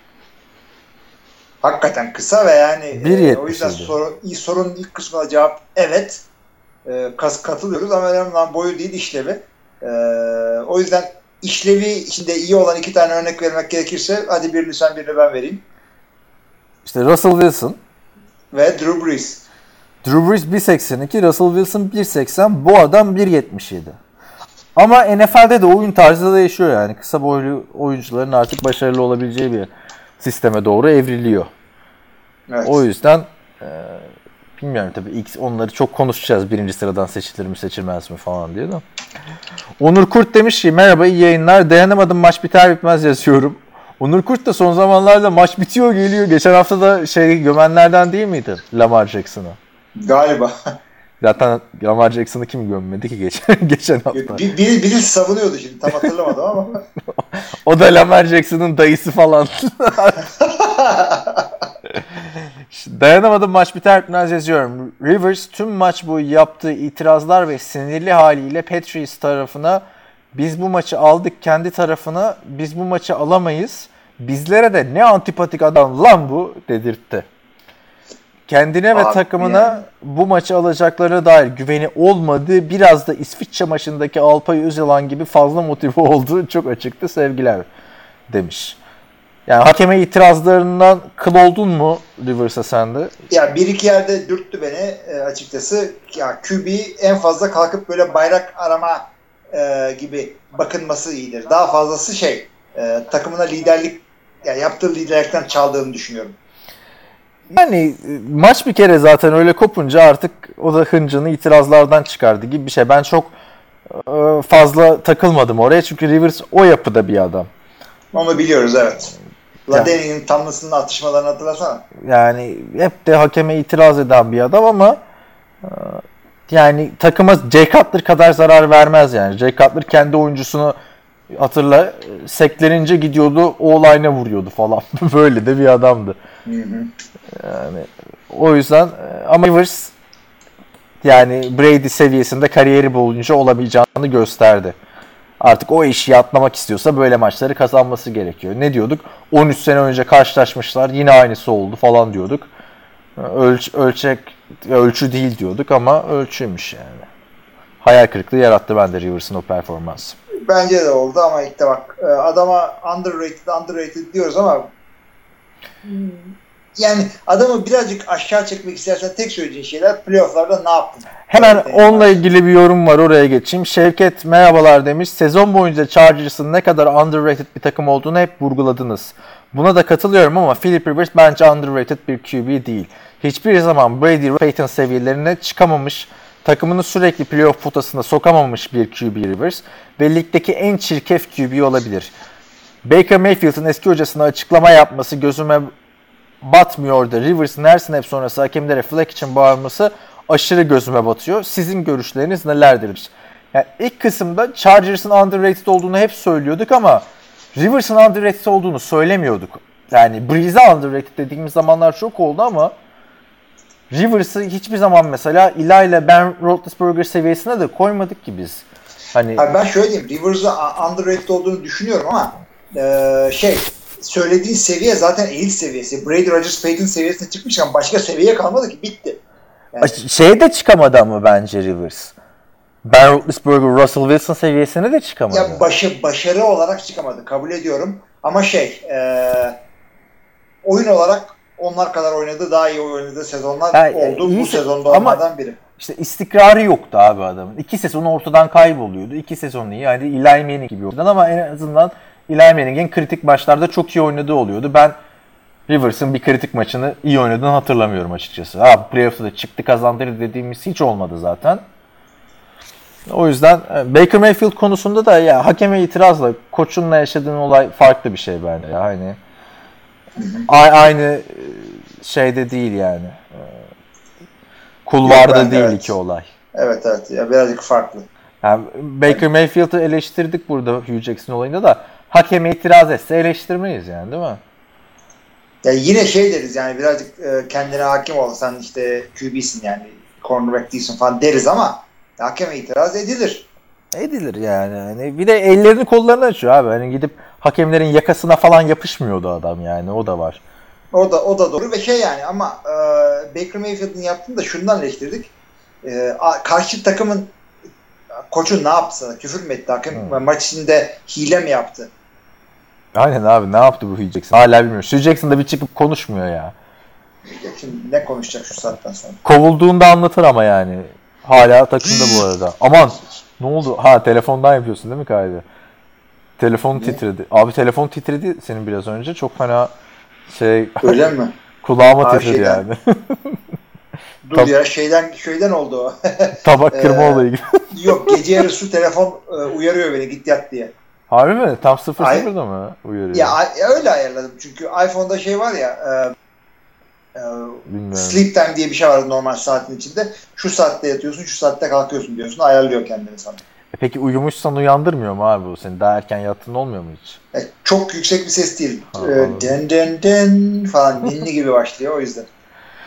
Hakikaten kısa ve yani e, o yüzden yetmiş soru, sorunun ilk kısmına cevap evet. E, kas, katılıyoruz ama önemli olan boyu değil işlevi. E, o yüzden işlevi içinde iyi olan iki tane örnek vermek gerekirse hadi birini sen birini ben vereyim. İşte Russell Wilson ve Drew Brees. Drew Brees bir seksen iki, Russell Wilson bir seksen, bu adam bir yetmiş yedi. Ama N F L'de de oyun tarzı da değişiyor yani. Kısa boylu oyuncuların artık başarılı olabileceği bir sisteme doğru evriliyor. Evet. O yüzden e, bilmiyorum tabii ilk onları çok konuşacağız. Birinci sıradan seçilir mi seçilmez mi falan diye de. Onur Kurt demiş ki merhaba iyi yayınlar. Dayanamadım maç biter bitmez yazıyorum. Onur Kurt da son zamanlarda maç bitiyor geliyor. Geçen hafta da şey gömenlerden değil miydi Lamar Jackson'ı? Galiba. Zaten Lamar Jackson'ı kim gömmedi ki geçen, geçen hafta? Bir, biri, biri savunuyordu şimdi tam hatırlamadım ama. O da Lamar Jackson'ın dayısı falan. Dayanamadım, maç biter bitmez yazıyorum. Rivers tüm maç boyu yaptığı itirazlar ve sinirli haliyle Patriots tarafına biz bu maçı aldık, kendi tarafına biz bu maçı alamayız, bizlere de ne antipatik adam lan bu dedirtti. Kendine ve Abi takımına yani. bu maçı alacaklarına dair güveni olmadığı, biraz da İsviçre maçındaki Alpay Özalan gibi fazla motive olduğu çok açıktı, sevgiler demiş. Yani hakeme itirazlarından kıl oldun mu Rivers'a sen de? Ya bir iki yerde dürttü beni e, açıkçası. Ya Q B en fazla kalkıp böyle bayrak arama e, gibi bakınması iyidir. Daha fazlası şey e, takımına liderlik, yani yaptığı liderlikten çaldığını düşünüyorum. Yani maç bir kere zaten öyle kopunca artık o da hıncını itirazlardan çıkardı gibi bir şey. Ben çok e, fazla takılmadım oraya çünkü Rivers o yapıda bir adam. Onu biliyoruz, evet. Ladeni'nin Tomlinson'ın atışmalarını hatırlasana. Yani hep de hakeme itiraz eden bir adam ama e, yani takıma Jay Cutler kadar zarar vermez yani. Jay Cutler kendi oyuncusunu hatırla seklerince gidiyordu, o line'e vuruyordu falan. Böyle de bir adamdı. Hı hı. Yani o yüzden ama Rivers yani Brady seviyesinde kariyeri boyunca olamayacağını gösterdi. Artık o işi atlamak istiyorsa böyle maçları kazanması gerekiyor. Ne diyorduk? on üç sene önce karşılaşmışlar. Yine aynısı oldu falan diyorduk. Ölç, ölçek ölçü değil diyorduk ama ölçüymüş yani. Hayal kırıklığı yarattı bende Rivers'ın o performansı. Bence de oldu ama ilk de bak adama underrated underrated diyoruz ama yani adamı birazcık aşağı çekmek istersen tek söyleyeceğin şeyler playoff'larda ne yaptın? Hemen Evet, onunla ilgili bir yorum var, oraya geçeyim. Şevket merhabalar demiş. Sezon boyunca Chargers'ın ne kadar underrated bir takım olduğunu hep vurguladınız. Buna da katılıyorum ama Philip Rivers bence underrated bir Q B değil. Hiçbir zaman Brady ve Peyton seviyelerine çıkamamış, takımını sürekli playoff potasına sokamamış bir Q B Rivers ve ligdeki en çirkef Q B olabilir. Baker Mayfield'ın eski hocasına açıklama yapması gözüme batmıyor da Rivers'ın her snap sonrası hakemlere flag için bağırması aşırı gözüme batıyor. Sizin görüşleriniz nelerdir? Yani ilk kısımda Chargers'ın underrated olduğunu hep söylüyorduk ama Rivers'ın underrated olduğunu söylemiyorduk. Yani Breeze'e underrated dediğimiz zamanlar çok oldu ama Rivers'ı hiçbir zaman mesela Eli ile Ben Roethlisberger seviyesine de koymadık ki biz. Hani Abi ben şöyle diyeyim, Rivers'ın underrated olduğunu düşünüyorum ama e, şey söylediğin seviye zaten elit seviyesi. Brady, Rodgers, Peyton seviyesine çıkmışken başka seviye kalmadı ki, bitti. Yani. Şeye çıkamadı ama bence Rivers. Ben Roethlisberger, Russell Wilson seviyesine de çıkamadı. Ya başı, başarı olarak çıkamadı. Kabul ediyorum. Ama şey e, oyun olarak onlar kadar oynadı, daha iyi oynadığı sezonlar yani, oldu. Bu sezonda onlardan biri. İşte istikrarı yoktu abi adamın. İki sezon ortadan kayboluyordu. İki sezon iyi. Yani Eli Manning gibi oynadı ama en azından Eli Manning'in kritik maçlarda çok iyi oynadığı oluyordu. Ben Rivers'ın bir kritik maçını iyi oynadığını hatırlamıyorum açıkçası. Ha, playoff'ta da çıktı kazandırdı dediğimiz hiç olmadı zaten. O yüzden Baker Mayfield konusunda da ya hakeme itirazla koçunla yaşadığın olay farklı bir şey bence. Yani aynı şeyde değil yani. Kulvarda Yok, değil evet. iki olay. Evet evet ya birazcık farklı. Yani Baker Mayfield'ı eleştirdik burada Hugh Jackson olayında da hakeme itiraz etse eleştirmeyiz yani, değil mi? Ya yine şey deriz yani birazcık e, kendine hakim ol, sen işte Q B'sin yani cornerback değilsin falan deriz ama hakeme itiraz edilir. Edilir yani. yani. Bir de ellerini kollarını açıyor abi. Hani gidip hakemlerin yakasına falan yapışmıyordu adam yani. O da var. O da o da doğru ve şey yani ama e, Baker Mayfield'ın yaptığını da şundan eleştirdik. E, karşı takımın koçu ne yaptı? Küfür mü etti? Hakem hmm. maç içinde hile mi yaptı? Aynen abi, ne yaptı bu Hugh Jackson? Hala bilmiyorum. Hugh Jackson da bir çıkıp konuşmuyor ya. Şimdi ne konuşacak şu saatten sonra? Kovulduğunda anlatır ama yani. Hala takımda bu arada. Aman ne oldu? Ha, telefondan yapıyorsun değil mi kaydı? Telefon ne? titredi. Abi telefon titredi senin biraz önce. Çok fena şey. Öyle mi? Kulağıma Abi titredi şeyden... yani. Dur Tab- ya şeyden şeyden oldu o. Tabak kırma ee, olayı gibi. Yok, gece yarısı telefon e, uyarıyor beni git yat diye. Harbi mi? Tam sıfır sıfırda mı uyarıyor? Ya öyle ayarladım çünkü iPhone'da şey var ya e, e, sleep time diye bir şey var normal saatin içinde. Şu saatte yatıyorsun, şu saatte kalkıyorsun diyorsun. Ayarlıyor kendini sana. E peki uyumuşsan uyandırmıyor mu abi bu seni? Daha erken yattığın olmuyor mu hiç? E, çok yüksek bir ses değil. Ha, e, den den den falan ninni gibi başlıyor o yüzden.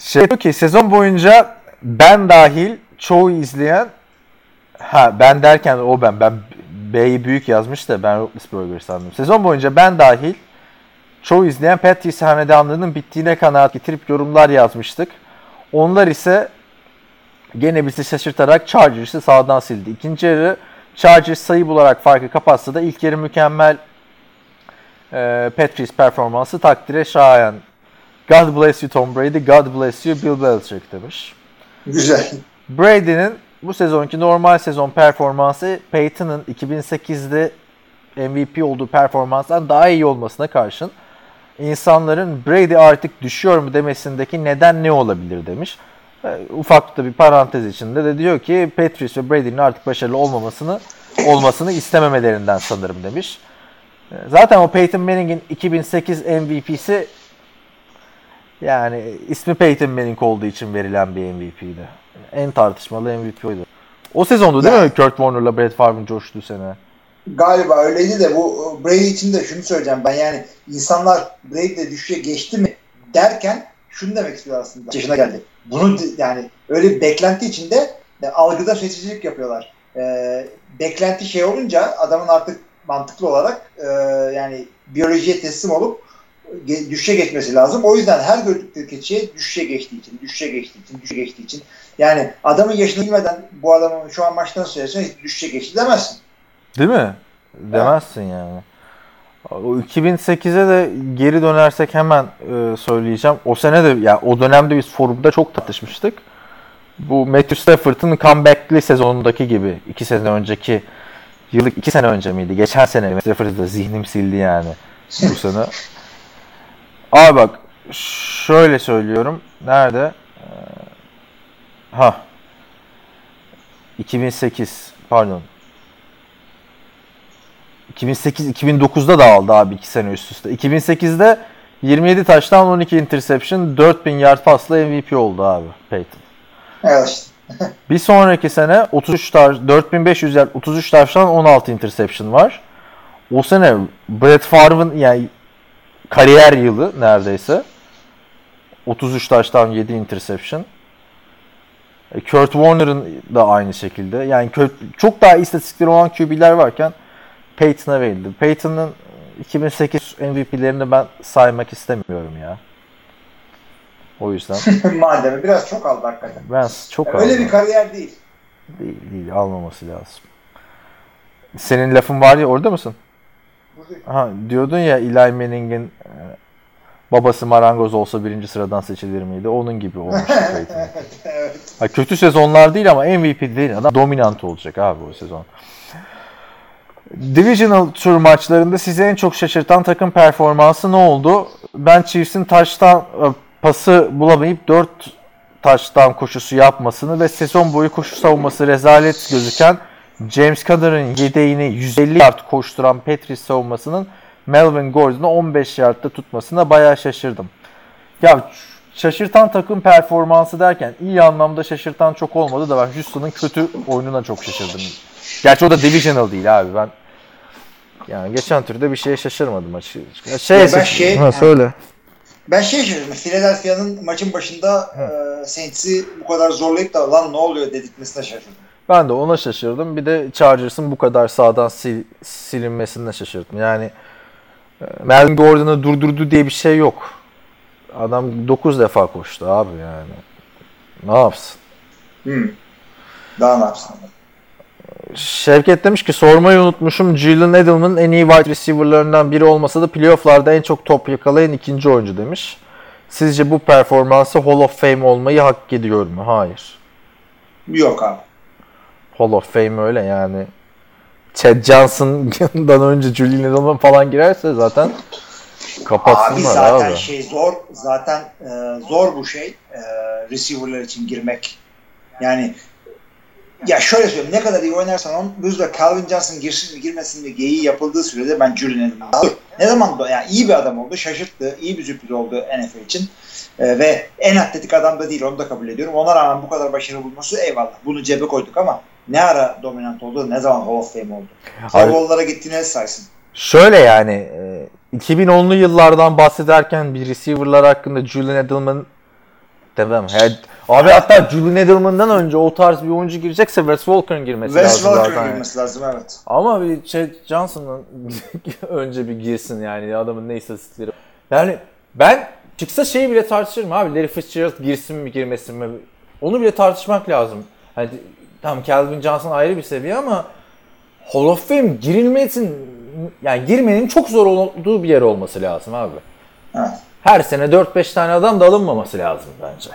Şey ki sezon boyunca ben dahil çoğu izleyen, ha ben derken o ben ben B'yi büyük yazmış da ben Roethlisberger sandım. Sezon boyunca ben dahil çoğu izleyen Patrice hanedanlığının bittiğine kanaat getirip yorumlar yazmıştık. Onlar ise gene bizi şaşırtarak Chargers'ı sağdan sildi. İkinci yarı Chargers sayı bularak farkı kapatsa da ilk yarı mükemmel e, Patrice performansı takdire şayan. God bless you Tom Brady, God bless you Bill Belichick demiş. Güzel. Brady'nin bu sezonki normal sezon performansı Peyton'ın iki bin sekizde M V P olduğu performanstan daha iyi olmasına karşın insanların Brady artık düşüyor mu demesindeki neden ne olabilir demiş. Ufak da bir parantez içinde de diyor ki Patrice ve Brady'nin artık başarılı olmamasını olmasını istememelerinden sanırım demiş. Zaten o Peyton Manning'in iki bin sekiz M V P'si yani ismi Peyton Manning olduğu için verilen bir M V P'ydi. En tartışmalı M V P oydu. O sezondu değil yani, mi Kurt Warner'la Brett Favre'ın coştuğu sene? Galiba öyleydi de bu Brady için de şunu söyleyeceğim ben, yani insanlar Brady'de düşüşe geçti mi derken şunu demek istiyor aslında. Yaşına geldi. Bunu yani öyle bir beklenti içinde yani algıda seçicilik yapıyorlar. Ee, beklenti şey olunca adamın artık mantıklı olarak e, yani biyolojiye teslim olup ge- düşüşe geçmesi lazım. O yüzden her gördükleri keçiye düşüşe geçtiği için, düşüşe geçtiği için, düşüşe geçtiği için. Yani adamın yaşını bilmeden bu adamın şu an maçtan söylersen hiç düşüşe geçti demezsin. Değil mi? Demezsin yani. O iki bin sekize de geri dönersek hemen e, söyleyeceğim. O sene de yani o dönemde biz forumda çok tartışmıştık. Bu Matthew Stafford'ın comeback'li sezonundaki gibi iki sene önceki yıllık iki sene önce miydi? Geçen sene Stafford'ı da zihnim sildi yani bu sene. Abi bak şöyle söylüyorum. Nerede? Ha. iki bin sekiz pardon. iki bin sekiz iki bin dokuzda da aldı abi iki sene üst üste. iki bin sekizde yirmi yedi taştan on iki interception, dört bin yard pasla M V P oldu abi Peyton. Evet. Bir sonraki sene otuz üç taş, dört bin beş yüz yard, otuz üç taştan on altı interception var. O sene Brett Favre'ın yani kariyer yılı neredeyse. otuz üç taştan yedi interception. Kurt Warner'ın da aynı şekilde. Yani çok daha istatistikleri olan Q B'ler varken Peyton'a verildi. Peyton'ın iki bin sekiz M V P'lerini ben saymak istemiyorum ya. O yüzden. Madem biraz çok aldı hakikaten. Ben çok yani öyle bir kariyer değil. Değil, değil. Almaması lazım. Senin lafın var ya, orada mısın? Aha, diyordun ya Eli Manning'in e, babası marangoz olsa birinci sıradan seçilir miydi? Onun gibi olmuştu Peyton. Evet. Ha, kötü sezonlar değil ama M V P değil. Adam dominant olacak abi o sezon. Divisional tur maçlarında sizi en çok şaşırtan takım performansı ne oldu? Ben Chiefs'in taştan pası bulamayıp dört taştan koşusu yapmasını ve sezon boyu koşu savunması rezalet gözüken James Conner'ın yedeğini yüz elli yard koşturan Patrice savunmasının Melvin Gordon'u on beş yardta tutmasına bayağı şaşırdım. Ya şaşırtan takım performansı derken iyi anlamda şaşırtan çok olmadı da ben Houston'ın kötü oyununa çok şaşırdım. Gerçi o da divisional değil abi, ben yani geçen turda bir şeye şaşırmadım açıkçası. Şey, ya ben şey, ha, söyle. Ben şey şaşırdım. Philadelphia'nın maçın başında e, Saints'i bu kadar zorlayıp da lan ne oluyor dedirtmesine şaşırdım. Ben de ona şaşırdım. Bir de Chargers'ın bu kadar sağdan sil, silinmesine şaşırdım. Yani e, Melvin Gordon'u durdurdu diye bir şey yok. Adam dokuz defa koştu abi yani. Ne yapsın? Hmm. Daha ne yapsın? Şevket demiş ki sormayı unutmuşum. Julian Edelman'ın en iyi wide receiver'larından biri olmasa da playoff'larda en çok top yakalayan ikinci oyuncu demiş. Sizce bu performansı Hall of Fame olmayı hak ediyor mu? Hayır. Yok abi. Hall of Fame öyle yani. Chad Johnson'dan önce Julian Edelman falan girerse zaten kapatsınlar abi. Zaten abi. şey zor. Zaten e, zor bu şey. E, receiver'lar için girmek. Yani ya şöyle söyleyeyim, ne kadar iyi oynarsan on, Buz'da Calvin Johnson girsin mi girmesin mi geyiği yapıldığı sürede ben Julian Edelman'ı alırım. Ne zaman da yani iyi bir adam oldu, şaşırttı, iyi bir sürpriz oldu N F L için. Ee, ve en atletik adam da değil, onu da kabul ediyorum. Ona rağmen bu kadar başarılı bulması eyvallah. Bunu cebe koyduk ama ne ara dominant oldu, ne zaman Hall of Fame oldu? Hall'lara gittiğini el saysın. Şöyle yani iki bin onlu yıllardan bahsederken bir receiver'lar hakkında Julian Edelman Demem. Yani, abi hatta Julian Edelman'dan önce o tarz bir oyuncu girecekse Wes Walker'ın girmesi Wes lazım zaten. Wes Walker'ın girmesi lazım evet. Ama bir şey Johnson'ın önce bir girsin yani adamın ne istatistikleri. Yani ben çıksa şeyi bile tartışırım abi. Larry Fitzgerald girsin mi girmesin mi? Onu bile tartışmak lazım. Hani tamam Calvin Johnson ayrı bir seviye ama Hall of Fame girilmesin yani girmenin çok zor olduğu bir yer olması lazım abi. Evet. Her sene dört beş tane adam da alınmaması lazım bence.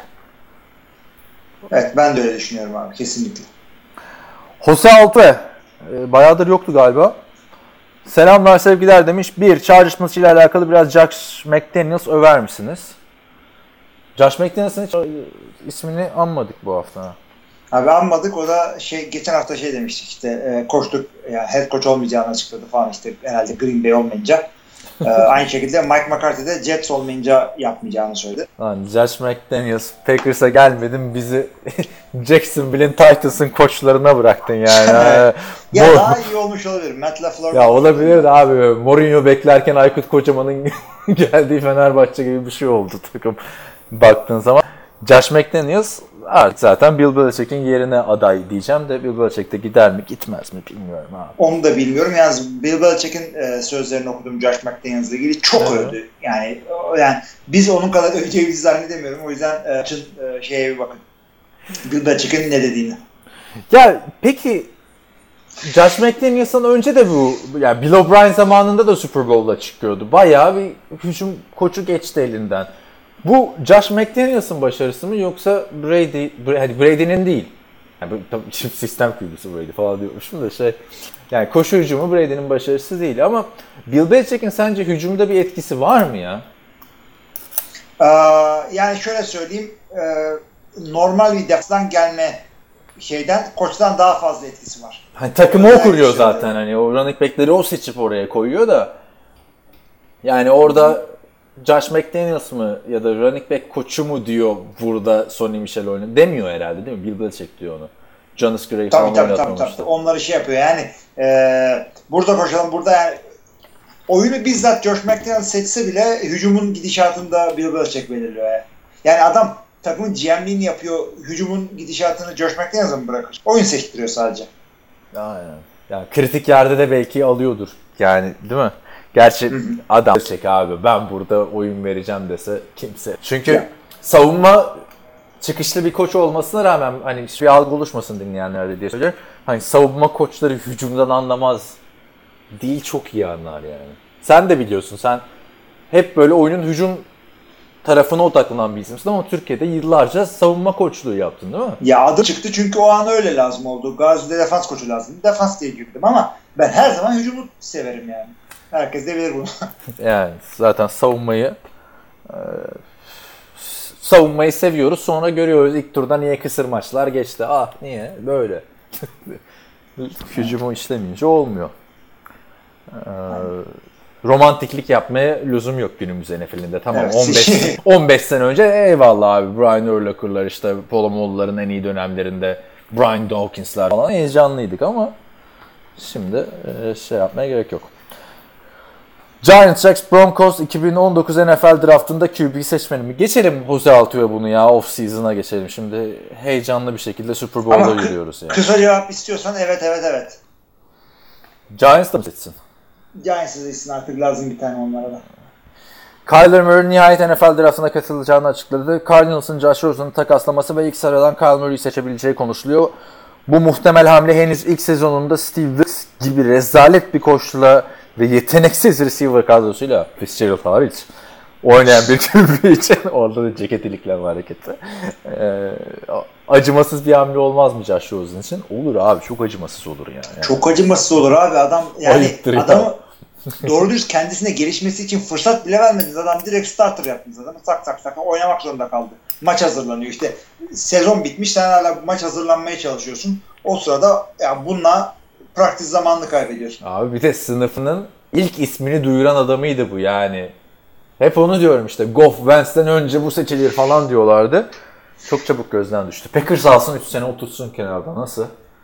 Evet ben de öyle düşünüyorum abi kesinlikle. Jose Altuve e, bayağıdır yoktu galiba. Selamlar sevgiler demiş. Bir, Chargers maçıyla alakalı biraz Josh McDaniels över misiniz? Josh McDaniels'ın hiç ismini anmadık bu hafta. Abi anmadık. O da şey geçen hafta şey demiştik işte e, koçluk yani head coach olmayacağını açıkladı falan işte herhalde Green Bay olmayınca. e, aynı şekilde Mike McCarthy de Jets olmayınca yapmayacağını söyledi. Lan Josh McDaniels Packers'a gelmedin bizi Jacksonville'in Titans'ın koçlarına bıraktın yani. Ya Bu... daha iyi olmuş olabilir. Matt LaFleur. Ya olabilir de abi. Mourinho beklerken Aykut Kocaman'ın geldiği Fenerbahçe gibi bir şey oldu takım baktığın zaman. Josh McDaniels artık zaten Bill Belichick'in yerine aday diyeceğim de Bill Belichick de gider mi gitmez mi bilmiyorum abi. Onu da bilmiyorum. Yalnız Bill Belichick'in e, sözlerini okudum Josh McDaniels'la ilgili çok evet. övdü. Yani yani biz onun kadar öveceğimizi zannedemiyorum. O yüzden e, açın e, şeye bir bakın. Bill Belichick'in ne dediğini. Ya peki Josh McDaniels'ın önce de bu yani Bill O'Brien zamanında da Super Bowl'da çıkıyordu. Bayağı bir hücum koçu geçti elinden. Bu Josh McDaniels'ın başarısı mı yoksa Brady, Brady Brady'nin değil. Yani tabii sistem kurucusu Brady falan diyormuşum da şey. Yani koşu hücumu Brady'nin başarısı değil ama Bill Belichick'in sence hücumda bir etkisi var mı ya? Ee, yani şöyle söyleyeyim. E, normal bir defanstan gelme şeyden koçtan daha fazla etkisi var. Hani takımı o kuruyor zaten. Hani o running back'leri o seçip oraya koyuyor da. Yani orada Josh McDaniels mı ya da running back koçu mu diyor burada Sonny Michel oyunu demiyor herhalde değil mi? Bill Belichick diyor onu. Jonas Gray falan oynatmamıştı. Tabii tabii. Onları şey yapıyor yani e, burada koşalım burada yani oyunu bizzat Josh McDaniels seçse bile hücumun gidişatını Bill Belichick belirliyor yani. Yani adam takımın G M'liğini yapıyor, hücumun gidişatını Josh McDaniels'a mı bırakır? Oyun seçtiriyor sadece. Aynen. Yani kritik yerde de belki alıyordur. Yani değil mi? Gerçi adam çek abi ben burada oyun vereceğim dese kimse. Çünkü ya. Savunma çıkışlı bir koç olmasına rağmen hani hiçbir algı oluşmasın dinleyenlerde diye söylüyorum. Hani savunma koçları hücumdan anlamaz değil çok iyi anlar yani. Sen de biliyorsun sen hep böyle oyunun hücum tarafına odaklanan bir isimsin ama Türkiye'de yıllarca savunma koçluğu yaptın değil mi? Ya adı çıktı çünkü o an öyle lazım oldu. Gazi'de defans koçu lazım. Defans diye girdim ama ben her zaman hücumu severim yani. Herkes de bilir bunu. Yani zaten savunmayı e, savunmayı seviyoruz. Sonra görüyoruz ilk turda niye kısır maçlar geçti. Ah niye? Böyle. Hücumu işlemeyince olmuyor. E, romantiklik yapmaya lüzum yok günümüz N F L'inde. Tamam evet. on beş on beş sene önce eyvallah abi. Brian Urlacher'lar işte Polamalu'ların en iyi dönemlerinde Brian Dawkins'lar falan heyecanlıydık ama şimdi e, şey yapmaya gerek yok. Giants Jacks Broncos iki bin on dokuz N F L draftında Q B seçmeni mi? Geçelim Jose Altuve bunu ya. Off season'a geçelim. Şimdi heyecanlı bir şekilde Super Bowl'da yürüyoruz yani. Kısa cevap istiyorsan evet evet evet. Giants da mı seçsin? Giants'ı seçsin artık lazım bir tane onlara da. Kyler Murray nihayet N F L draftına katılacağını açıkladı. Cardinals'ın Josh Rosen'ı takaslaması ve ilk sıradan Kyler Murray'i seçebileceği konuşuluyor. Bu muhtemel hamle henüz ilk sezonunda Steve Wilks gibi rezalet bir koçla ve yeteneksiz receiver kadrosuyla Fitzgerald hariç oynayan bir Q B için orada da ceket ilikleme hareketi. Ee, acımasız bir hamle olmaz mı Josh Rosen için? Olur abi çok acımasız olur yani. Çok acımasız olur abi adam yani ayıptır adamı ya. Doğru düz kendisine gelişmesi için fırsat bile vermediniz. Adam direkt starter yaptınız adamı. Tak tak tak oynamak zorunda kaldı. Maç hazırlanıyor işte. Sezon bitmiş sen hala maç hazırlanmaya çalışıyorsun. O sırada ya bununla praktis zamanını kaybediyorsun. Abi bir de sınıfının ilk ismini duyuran adamıydı bu yani. Hep onu diyorum işte. Goff, Wentz'ten önce bu seçilir falan diyorlardı. Çok çabuk gözden düştü. Packers alsın üç sene otursun kenarda. Nasıl?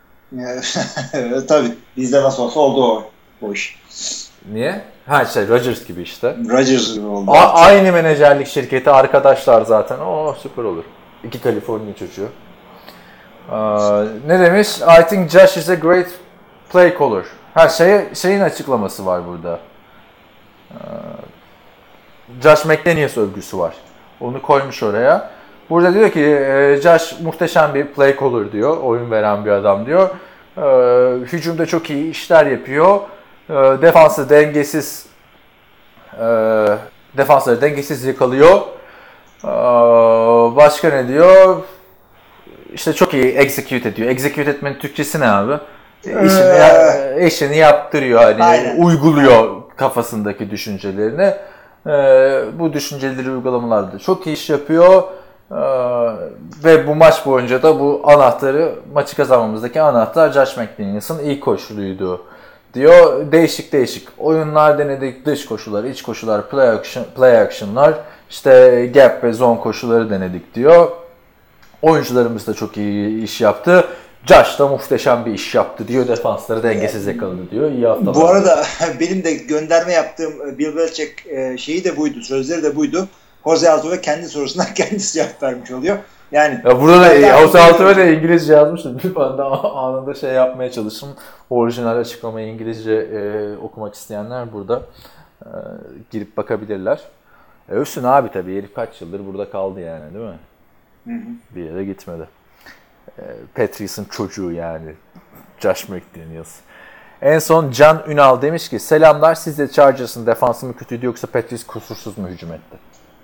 Tabii. Bizde nasıl olsa oldu o, o iş. Niye? Ha şey Rodgers gibi işte. Rodgers gibi oldu. A- aynı menajerlik şirketi arkadaşlar zaten. Oo süper olur. İki Kaliforniya çocuğu. Ee, ne demiş? I think Josh is a great play caller. Ha şey, şeyin açıklaması var burada. Ee, Josh McDaniels övgüsü var. Onu koymuş oraya. Burada diyor ki Josh muhteşem bir play caller diyor. Oyun veren bir adam diyor. Ee, hücumda çok iyi işler yapıyor. Ee, defansı dengesiz e, defansları dengesiz yakalıyor. Ee, başka ne diyor? İşte çok iyi execute ediyor. Execute etmenin Türkçesi ne abi? İşini, ya, işini yaptırıyor, hani aynen. Uyguluyor kafasındaki düşüncelerini. Ee, bu düşünceleri uygulamalarda çok iyi iş yapıyor. Ee, ve bu maç boyunca da bu anahtarı, maçı kazanmamızdaki anahtar Josh McDaniels'ın ilk koşuluydu diyor. Değişik değişik oyunlar denedik, dış koşullar, iç koşullar, play action, play action'lar, işte gap ve zone koşulları denedik diyor. Oyuncularımız da çok iyi iş yaptı. Josh da muhteşem bir iş yaptı diyor. Defansları dengesiz yakaladı diyor. İyi haftalar. Bu arada benim de gönderme yaptığım Bill Belichick şeyi de buydu. Sözleri de buydu. Jose Altuve kendi sorusundan kendisi cevap vermiş oluyor. Yani ya burada da Jose Altuve de İngilizce yazmıştı. Ben de anında şey yapmaya çalıştım. Orijinal açıklamayı İngilizce e, okumak isteyenler burada e, girip bakabilirler. E, Övsün abi tabii. Herif kaç yıldır burada kaldı yani, değil mi? Hı hı. Bir yere gitmedi. E, Patrice'in çocuğu yani. Josh McDaniels. En son Can Ünal demiş ki selamlar, sizce Chargers'ın defansı mı kötüydü yoksa Patrice kusursuz mu hücum etti?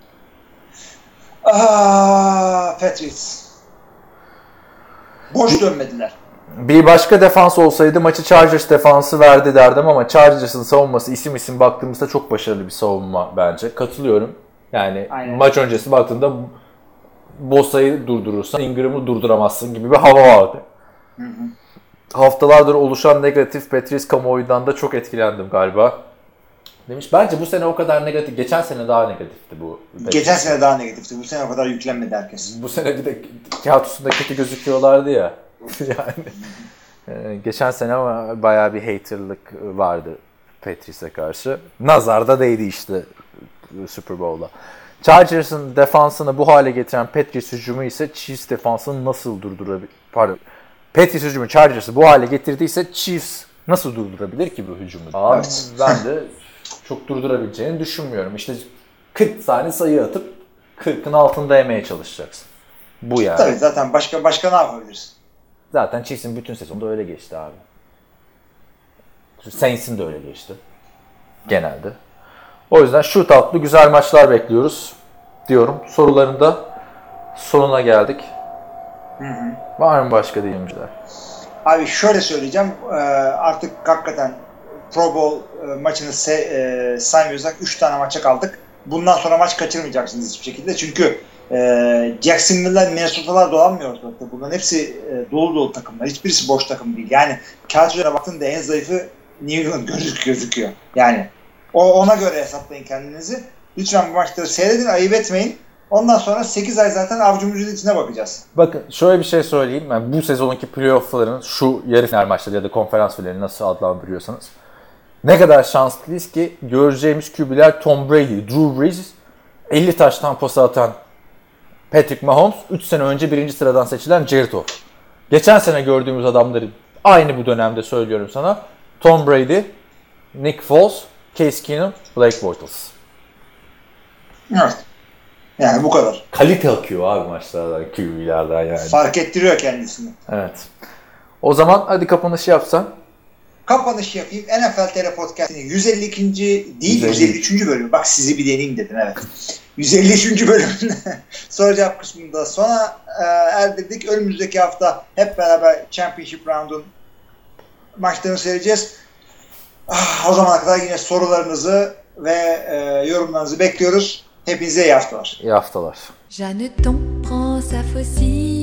Aaa Patrice. Boş dönmediler. Bir başka defans olsaydı maçı Chargers defansı verdi derdim ama Chargers'ın savunması isim isim baktığımızda çok başarılı bir savunma bence. Katılıyorum. Yani aynen. Maç öncesi baktığında Bosa'yı durdurursan Ingram'ı durduramazsın gibi bir hava vardı. Hı hı. Haftalardır oluşan negatif Patrice kamuoyundan da çok etkilendim galiba. Demiş. Bence bu sene o kadar negatif. Geçen sene daha negatifti bu. Patrice. Geçen sene daha negatifti. Bu sene o kadar yüklenmedi herkes. Bu sene bir de kağıt üstünde kötü gözüküyorlardı ya. Yani geçen sene ama bayağı bir haterlık vardı Patrice'e karşı. Nazarda değdi işte Super Bowl'da. Chargers'ın defansını bu hale getiren Patrice hücumu ise Chiefs defansını nasıl durdurabilir? Pardon. Patrice hücumu Chargers'ı bu hale getirdiyse Chiefs nasıl durdurabilir ki bu hücumu? Abi, evet. Ben de çok durdurabileceğini düşünmüyorum. İşte kırk tane sayı atıp kırkın altında yemeye çalışacaksın. Bu yani. Tabii zaten başka başka ne yapabilirsin? Zaten Chiefs'in bütün sezonu da öyle geçti abi. Saints'in de öyle geçti. Genelde. O yüzden shootout'lu güzel maçlar bekliyoruz diyorum. Soruların da sonuna geldik. Hı hı. Var mı başka diyeyimciler? Abi şöyle söyleyeceğim. Artık hakikaten Pro Bowl maçını se- saymıyorsak üç tane maça kaldık. Bundan sonra maç kaçırmayacaksınız hiçbir şekilde. Çünkü Jacksonville'ler, Minnesota'lar dolanmıyor ortalıkta. Bunların hepsi dolu dolu takımlar. Hiçbirisi boş takım değil. Yani kağıt üzerine baktığında en zayıfı New England gözük, gözüküyor. Yani o, ona göre hesaplayın kendinizi. Lütfen bu maçları seyredin, ayıp etmeyin. Ondan sonra sekiz ay zaten avucumuzun içine bakacağız. Bakın şöyle bir şey söyleyeyim. Yani bu sezonki playoff'ların şu yarı final maçları ya da konferans finalini nasıl adlandırıyorsanız ne kadar şanslıyız ki göreceğimiz Q B'ler Tom Brady, Drew Brees, elli taştan pası atan Patrick Mahomes, üç sene önce birinci sıradan seçilen Jared Goff. Geçen sene gördüğümüz adamları aynı bu dönemde söylüyorum sana. Tom Brady, Nick Foles, Case Keenum, Blake Bortles. Evet. Yani bu kadar. Kalite akıyor abi maçlardan, Q B'lerden yani. Fark ettiriyor kendisini. Evet. O zaman hadi kapanış yapsan. Kapanış yapayım. N F L T R Podcast'ın yüz elli ikinci değil yüz elli üçüncü bölümü. Bak sizi bir deneyeyim dedim evet. yüz elli üçüncü bölümünde soru cevap kısmında sona e, erdirdik. Önümüzdeki hafta hep beraber Championship Round'un maçlarını seyredeceğiz. Ah, o zamana kadar yine sorularınızı ve e, yorumlarınızı bekliyoruz. Hepinize iyi haftalar. İyi haftalar. Jeanneton prend sa faucille.